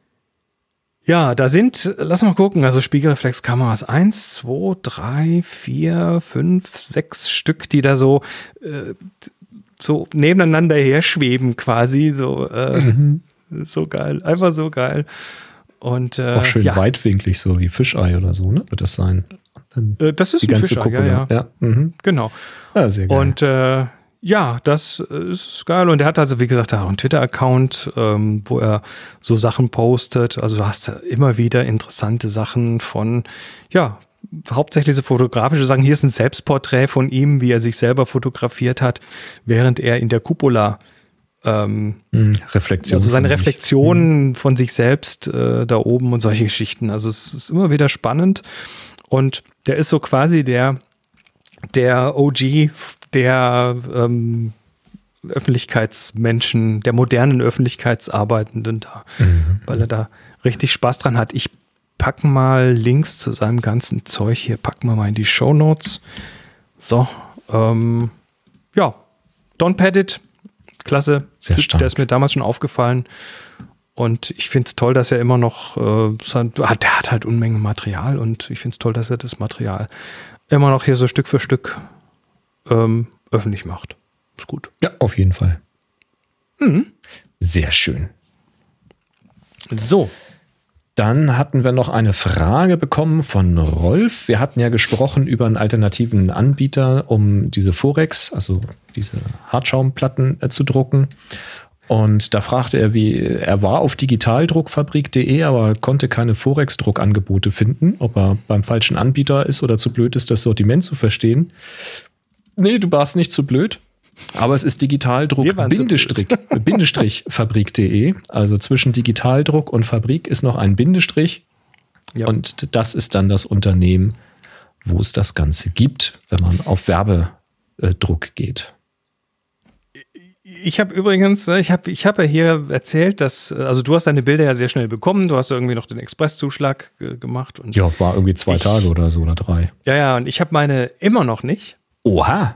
S2: ja, da sind, lass mal gucken, also Spiegelreflexkameras eins, zwei, drei, vier, fünf, sechs Stück, die da so, äh, so nebeneinander herschweben quasi, so, äh, mhm. so geil, einfach so geil. Und, äh,
S1: auch schön
S2: ja.
S1: weitwinklig, so wie Fisheye oder so, ne? Wird das sein?
S2: Dann äh, das ist
S1: die
S2: ein
S1: ganze
S2: Fisheye,
S1: Kuppel,
S2: ja, ja.
S1: ja. Mhm.
S2: Genau.
S1: Ja, sehr geil.
S2: Und äh, ja, das ist geil. Und er hat also, wie gesagt, auch einen Twitter-Account, ähm, wo er so Sachen postet. Also du hast immer wieder interessante Sachen von, ja, hauptsächlich so fotografische Sachen. Hier ist ein Selbstporträt von ihm, wie er sich selber fotografiert hat, während er in der Cupola ähm,
S1: Reflexion
S2: also seine
S1: von
S2: Reflexionen
S1: sich.
S2: von sich selbst äh, da oben und solche Geschichten. Also es ist immer wieder spannend. Und der ist so quasi der, der O G der ähm, Öffentlichkeitsmenschen, der modernen Öffentlichkeitsarbeitenden da, mhm. weil er da richtig Spaß dran hat. Ich packe mal Links zu seinem ganzen Zeug hier, packen wir mal in die Shownotes. So, ähm, ja, Don Pettit, klasse,
S1: Sehr
S2: Typ,
S1: stark.
S2: der ist mir damals schon aufgefallen Und ich finde es toll, dass er immer noch, äh, der hat halt Unmengen Material und ich finde es toll, dass er das Material immer noch hier so Stück für Stück ähm, öffentlich macht. Ist gut.
S1: Ja, auf jeden Fall.
S2: Mhm.
S1: Sehr schön.
S2: So.
S1: Dann hatten wir noch eine Frage bekommen von Rolf. Wir hatten ja gesprochen über einen alternativen Anbieter, um diese Forex, also diese Hartschaumplatten äh, zu drucken. Und da fragte er, wie er war auf digitaldruckfabrik punkt de, aber konnte keine Forex-Druckangebote finden, ob er beim falschen Anbieter ist oder zu blöd ist, das Sortiment zu verstehen. Nee, du warst nicht zu blöd. Aber es ist Digitaldruck-Fabrik punkt de. Also zwischen Digitaldruck und Fabrik ist noch ein Bindestrich. Ja. Und das ist dann das Unternehmen, wo es das Ganze gibt, wenn man auf Werbedruck geht.
S2: Ich habe übrigens, ich habe ich hab ja hier erzählt, dass, also du hast deine Bilder ja sehr schnell bekommen, du hast irgendwie noch den Expresszuschlag äh, gemacht. Und
S1: ja, war irgendwie zwei ich, Tage oder so oder drei.
S2: Ja, ja, und ich habe meine immer noch nicht.
S1: Oha.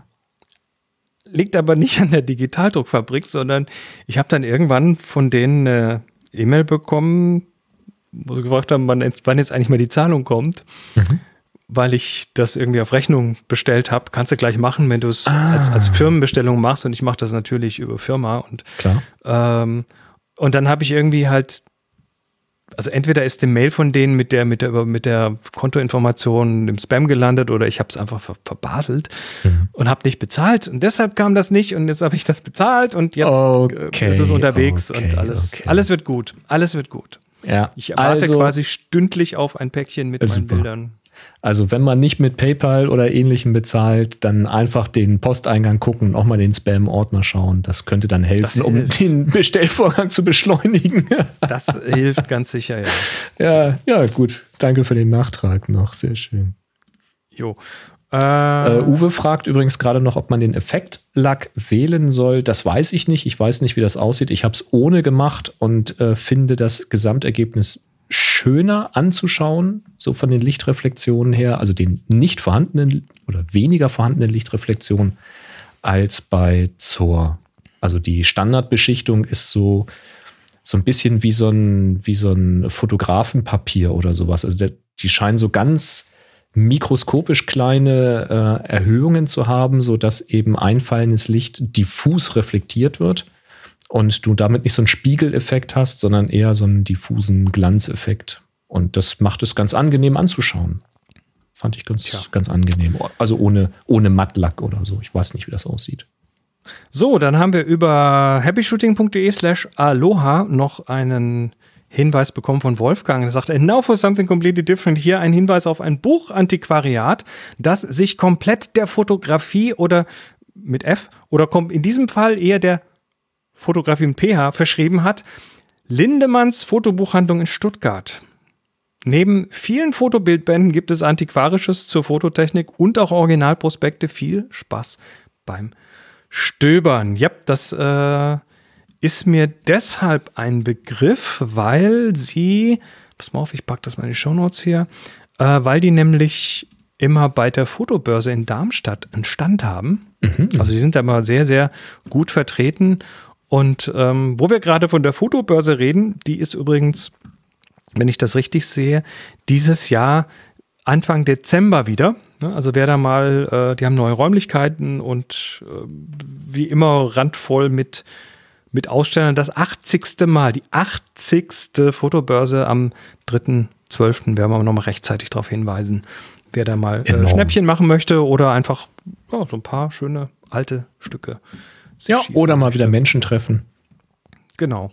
S2: Liegt aber nicht an der Digitaldruckfabrik, sondern ich habe dann irgendwann von denen eine E-Mail bekommen, wo sie gefragt haben, wann jetzt, wann jetzt eigentlich mal die Zahlung kommt, mhm. weil ich das irgendwie auf Rechnung bestellt habe. Kannst du gleich machen, wenn du es ah. als, als Firmenbestellung machst, und ich mache das natürlich über Firma. Und,
S1: Klar.
S2: Ähm, und dann habe ich irgendwie halt, also entweder ist die Mail von denen mit der, mit der, mit der Kontoinformation im Spam gelandet oder ich habe es einfach ver- verbaselt mhm. und habe nicht bezahlt. Und deshalb kam das nicht und jetzt habe ich das bezahlt und jetzt
S1: okay,
S2: ist es unterwegs
S1: okay,
S2: und alles,
S1: okay.
S2: alles wird gut. Alles wird gut.
S1: Ja,
S2: ich erwarte
S1: also,
S2: quasi stündlich auf ein Päckchen mit meinen
S1: super.
S2: Bildern.
S1: Also wenn man nicht mit PayPal oder Ähnlichem bezahlt, dann einfach den Posteingang gucken und auch mal den Spam-Ordner schauen. Das könnte dann helfen, um den Bestellvorgang zu beschleunigen.
S2: Das hilft ganz sicher, ja.
S1: Ja, ja, gut. Danke für den Nachtrag noch. Sehr schön.
S2: Jo.
S1: Äh, äh, Uwe fragt übrigens gerade noch, ob man den Effektlack wählen soll. Das weiß ich nicht. Ich weiß nicht, wie das aussieht. Ich habe es ohne gemacht und äh, finde das Gesamtergebnis schöner anzuschauen, so von den Lichtreflexionen her, also den nicht vorhandenen oder weniger vorhandenen Lichtreflexionen als bei Zor. Also die Standardbeschichtung ist so, so ein bisschen wie so ein, wie so ein Fotografenpapier oder sowas. Also der, die scheinen so ganz mikroskopisch kleine äh, Erhöhungen zu haben, sodass eben einfallendes Licht diffus reflektiert wird. Und du damit nicht so einen Spiegeleffekt hast, sondern eher so einen diffusen Glanzeffekt. Und das macht es ganz angenehm anzuschauen. Fand ich ganz, ja. ganz angenehm. Also ohne, ohne Mattlack oder so. Ich weiß nicht, wie das aussieht.
S2: So, dann haben wir über happyshooting punkt de slash aloha noch einen Hinweis bekommen von Wolfgang. Er sagt, and now for something completely different. Hier ein Hinweis auf ein Buchantiquariat, das sich komplett der Fotografie oder mit F oder kommt in diesem Fall eher der Fotografie mit P H verschrieben hat. Lindemanns Fotobuchhandlung in Stuttgart. Neben vielen Fotobildbänden gibt es Antiquarisches zur Fototechnik und auch Originalprospekte. Viel Spaß beim Stöbern. Ja, das äh, ist mir deshalb ein Begriff, weil sie, pass mal auf, ich packe das mal in die Shownotes hier, äh, weil die nämlich immer bei der Fotobörse in Darmstadt einen Stand haben. Mhm. Also die sind da immer sehr, sehr gut vertreten. Und ähm, wo wir gerade von der Fotobörse reden, die ist übrigens, wenn ich das richtig sehe, dieses Jahr Anfang Dezember wieder. Also wer da mal, äh, die haben neue Räumlichkeiten und äh, wie immer randvoll mit, mit Ausstellern. Das achtzigste Mal, die achtzigste Fotobörse am dritten zwölften werden wir noch mal rechtzeitig darauf hinweisen, wer da mal äh, Schnäppchen machen möchte oder einfach ja, so ein paar schöne alte Stücke.
S1: Ja, oder mal wieder Menschen treffen.
S2: Genau.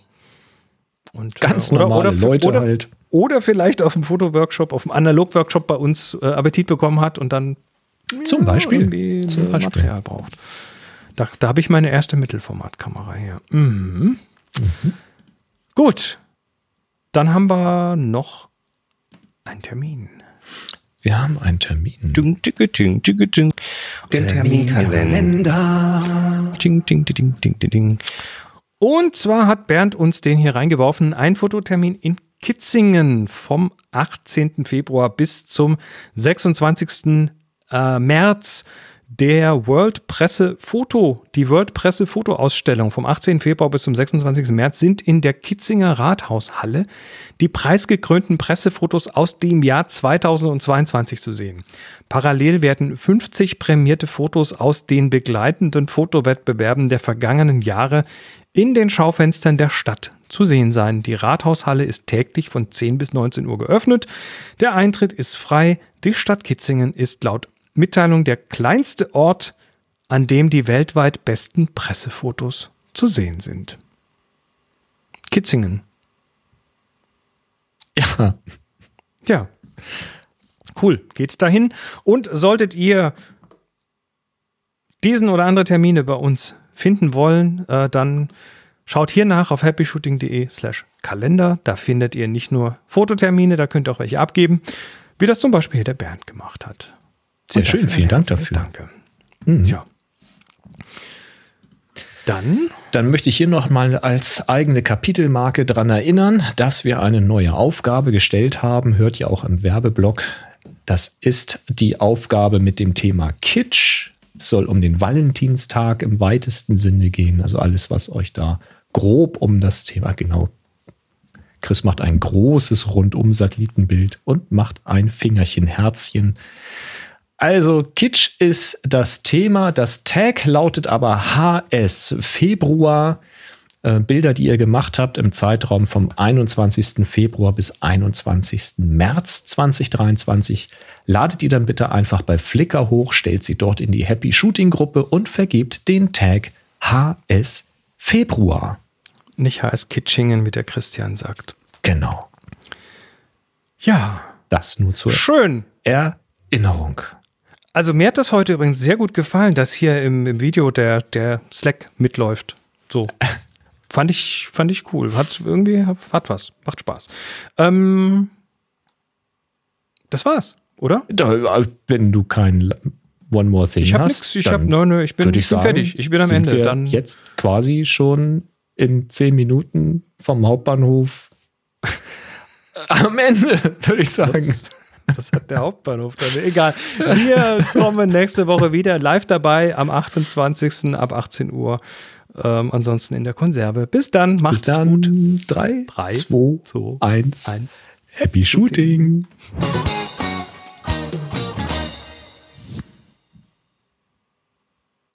S2: Und,
S1: Ganz
S2: äh, oder,
S1: normale
S2: oder,
S1: Leute
S2: oder,
S1: halt.
S2: Oder vielleicht auf dem Fotoworkshop, auf dem Analog-Workshop bei uns äh, Appetit bekommen hat und dann
S1: zum
S2: ja,
S1: Beispiel
S2: irgendwie
S1: zum Beispiel.
S2: Material braucht. Da, da habe ich meine erste Mittelformatkamera her. Mhm. Mhm. Gut. Dann haben wir noch einen Termin.
S1: Wir haben einen Termin.
S2: Ding, ding, ding, ding, ding.
S1: Den Terminkalender.
S2: Ding, ding, ding, ding, ding, ding. Und zwar hat Bernd uns den hier reingeworfen. Ein Fototermin in Kitzingen vom achtzehnten Februar bis zum sechsundzwanzigsten März. der World Presse Foto, die World Presse Fotoausstellung vom achtzehnten Februar bis zum sechsundzwanzigsten März sind in der Kitzinger Rathaushalle die preisgekrönten Pressefotos aus dem Jahr zweitausendzweiundzwanzig zu sehen. Parallel werden fünfzig prämierte Fotos aus den begleitenden Fotowettbewerben der vergangenen Jahre in den Schaufenstern der Stadt zu sehen sein. Die Rathaushalle ist täglich von zehn bis neunzehn Uhr geöffnet. Der Eintritt ist frei. Die Stadt Kitzingen ist laut Mitteilung der kleinste Ort, an dem die weltweit besten Pressefotos zu sehen sind. Kitzingen.
S1: Ja.
S2: Ja. Cool. Geht dahin. Und solltet ihr diesen oder andere Termine bei uns finden wollen, äh, dann schaut hier nach auf happyshooting.de slash Kalender. Da findet ihr nicht nur Fototermine, da könnt ihr auch welche abgeben, wie das zum Beispiel hier der Bernd gemacht hat.
S1: Sehr schön, vielen Dank dafür.
S2: Danke.
S1: Mhm.
S2: Ja. Dann?
S1: Dann möchte ich hier noch mal als eigene Kapitelmarke daran erinnern, dass wir eine neue Aufgabe gestellt haben. Hört ihr auch im Werbeblock. Das ist die Aufgabe mit dem Thema Kitsch. Es soll um den Valentinstag im weitesten Sinne gehen. Also alles, was euch da grob um das Thema, genau. Chris macht ein großes Rundum-Satellitenbild und macht ein Fingerchen Herzchen. Also Kitsch ist das Thema, das Tag lautet aber H S Februar. Äh, Bilder, die ihr gemacht habt im Zeitraum vom einundzwanzigsten Februar bis einundzwanzigsten März zweitausenddreiundzwanzig, ladet ihr dann bitte einfach bei Flickr hoch, stellt sie dort in die Happy Shooting Gruppe und vergebt den Tag H S Februar.
S2: Nicht H S Kitschingen, wie der Christian sagt.
S1: Genau.
S2: Ja.
S1: Das nur zur
S2: Schön.
S1: Erinnerung.
S2: Also mir hat das heute übrigens sehr gut gefallen, dass hier im, im Video der, der Slack mitläuft. So. Fand ich, fand ich cool. Hat irgendwie, hat was. Macht Spaß. Ähm, das war's, oder?
S1: Da, wenn du kein One More Thing
S2: ich hab
S1: hast,
S2: nix, ich hab, nö, nö, ich bin,
S1: ich
S2: bin
S1: sagen,
S2: fertig. Ich bin am
S1: sind
S2: Ende.
S1: Wir
S2: Dann
S1: jetzt quasi schon in zehn Minuten vom Hauptbahnhof am Ende, würde ich sagen.
S2: Das, das hat der Hauptbahnhof dann. Egal. Wir kommen nächste Woche wieder live dabei am achtundzwanzigsten ab achtzehn Uhr. Ähm, ansonsten in der Konserve. Bis dann. Macht's
S1: Bis dann.
S2: gut.
S1: drei,
S2: Drei,
S1: zwei,
S2: zwei,
S1: eins.
S2: eins.
S1: Happy Shooting.
S2: Shooting.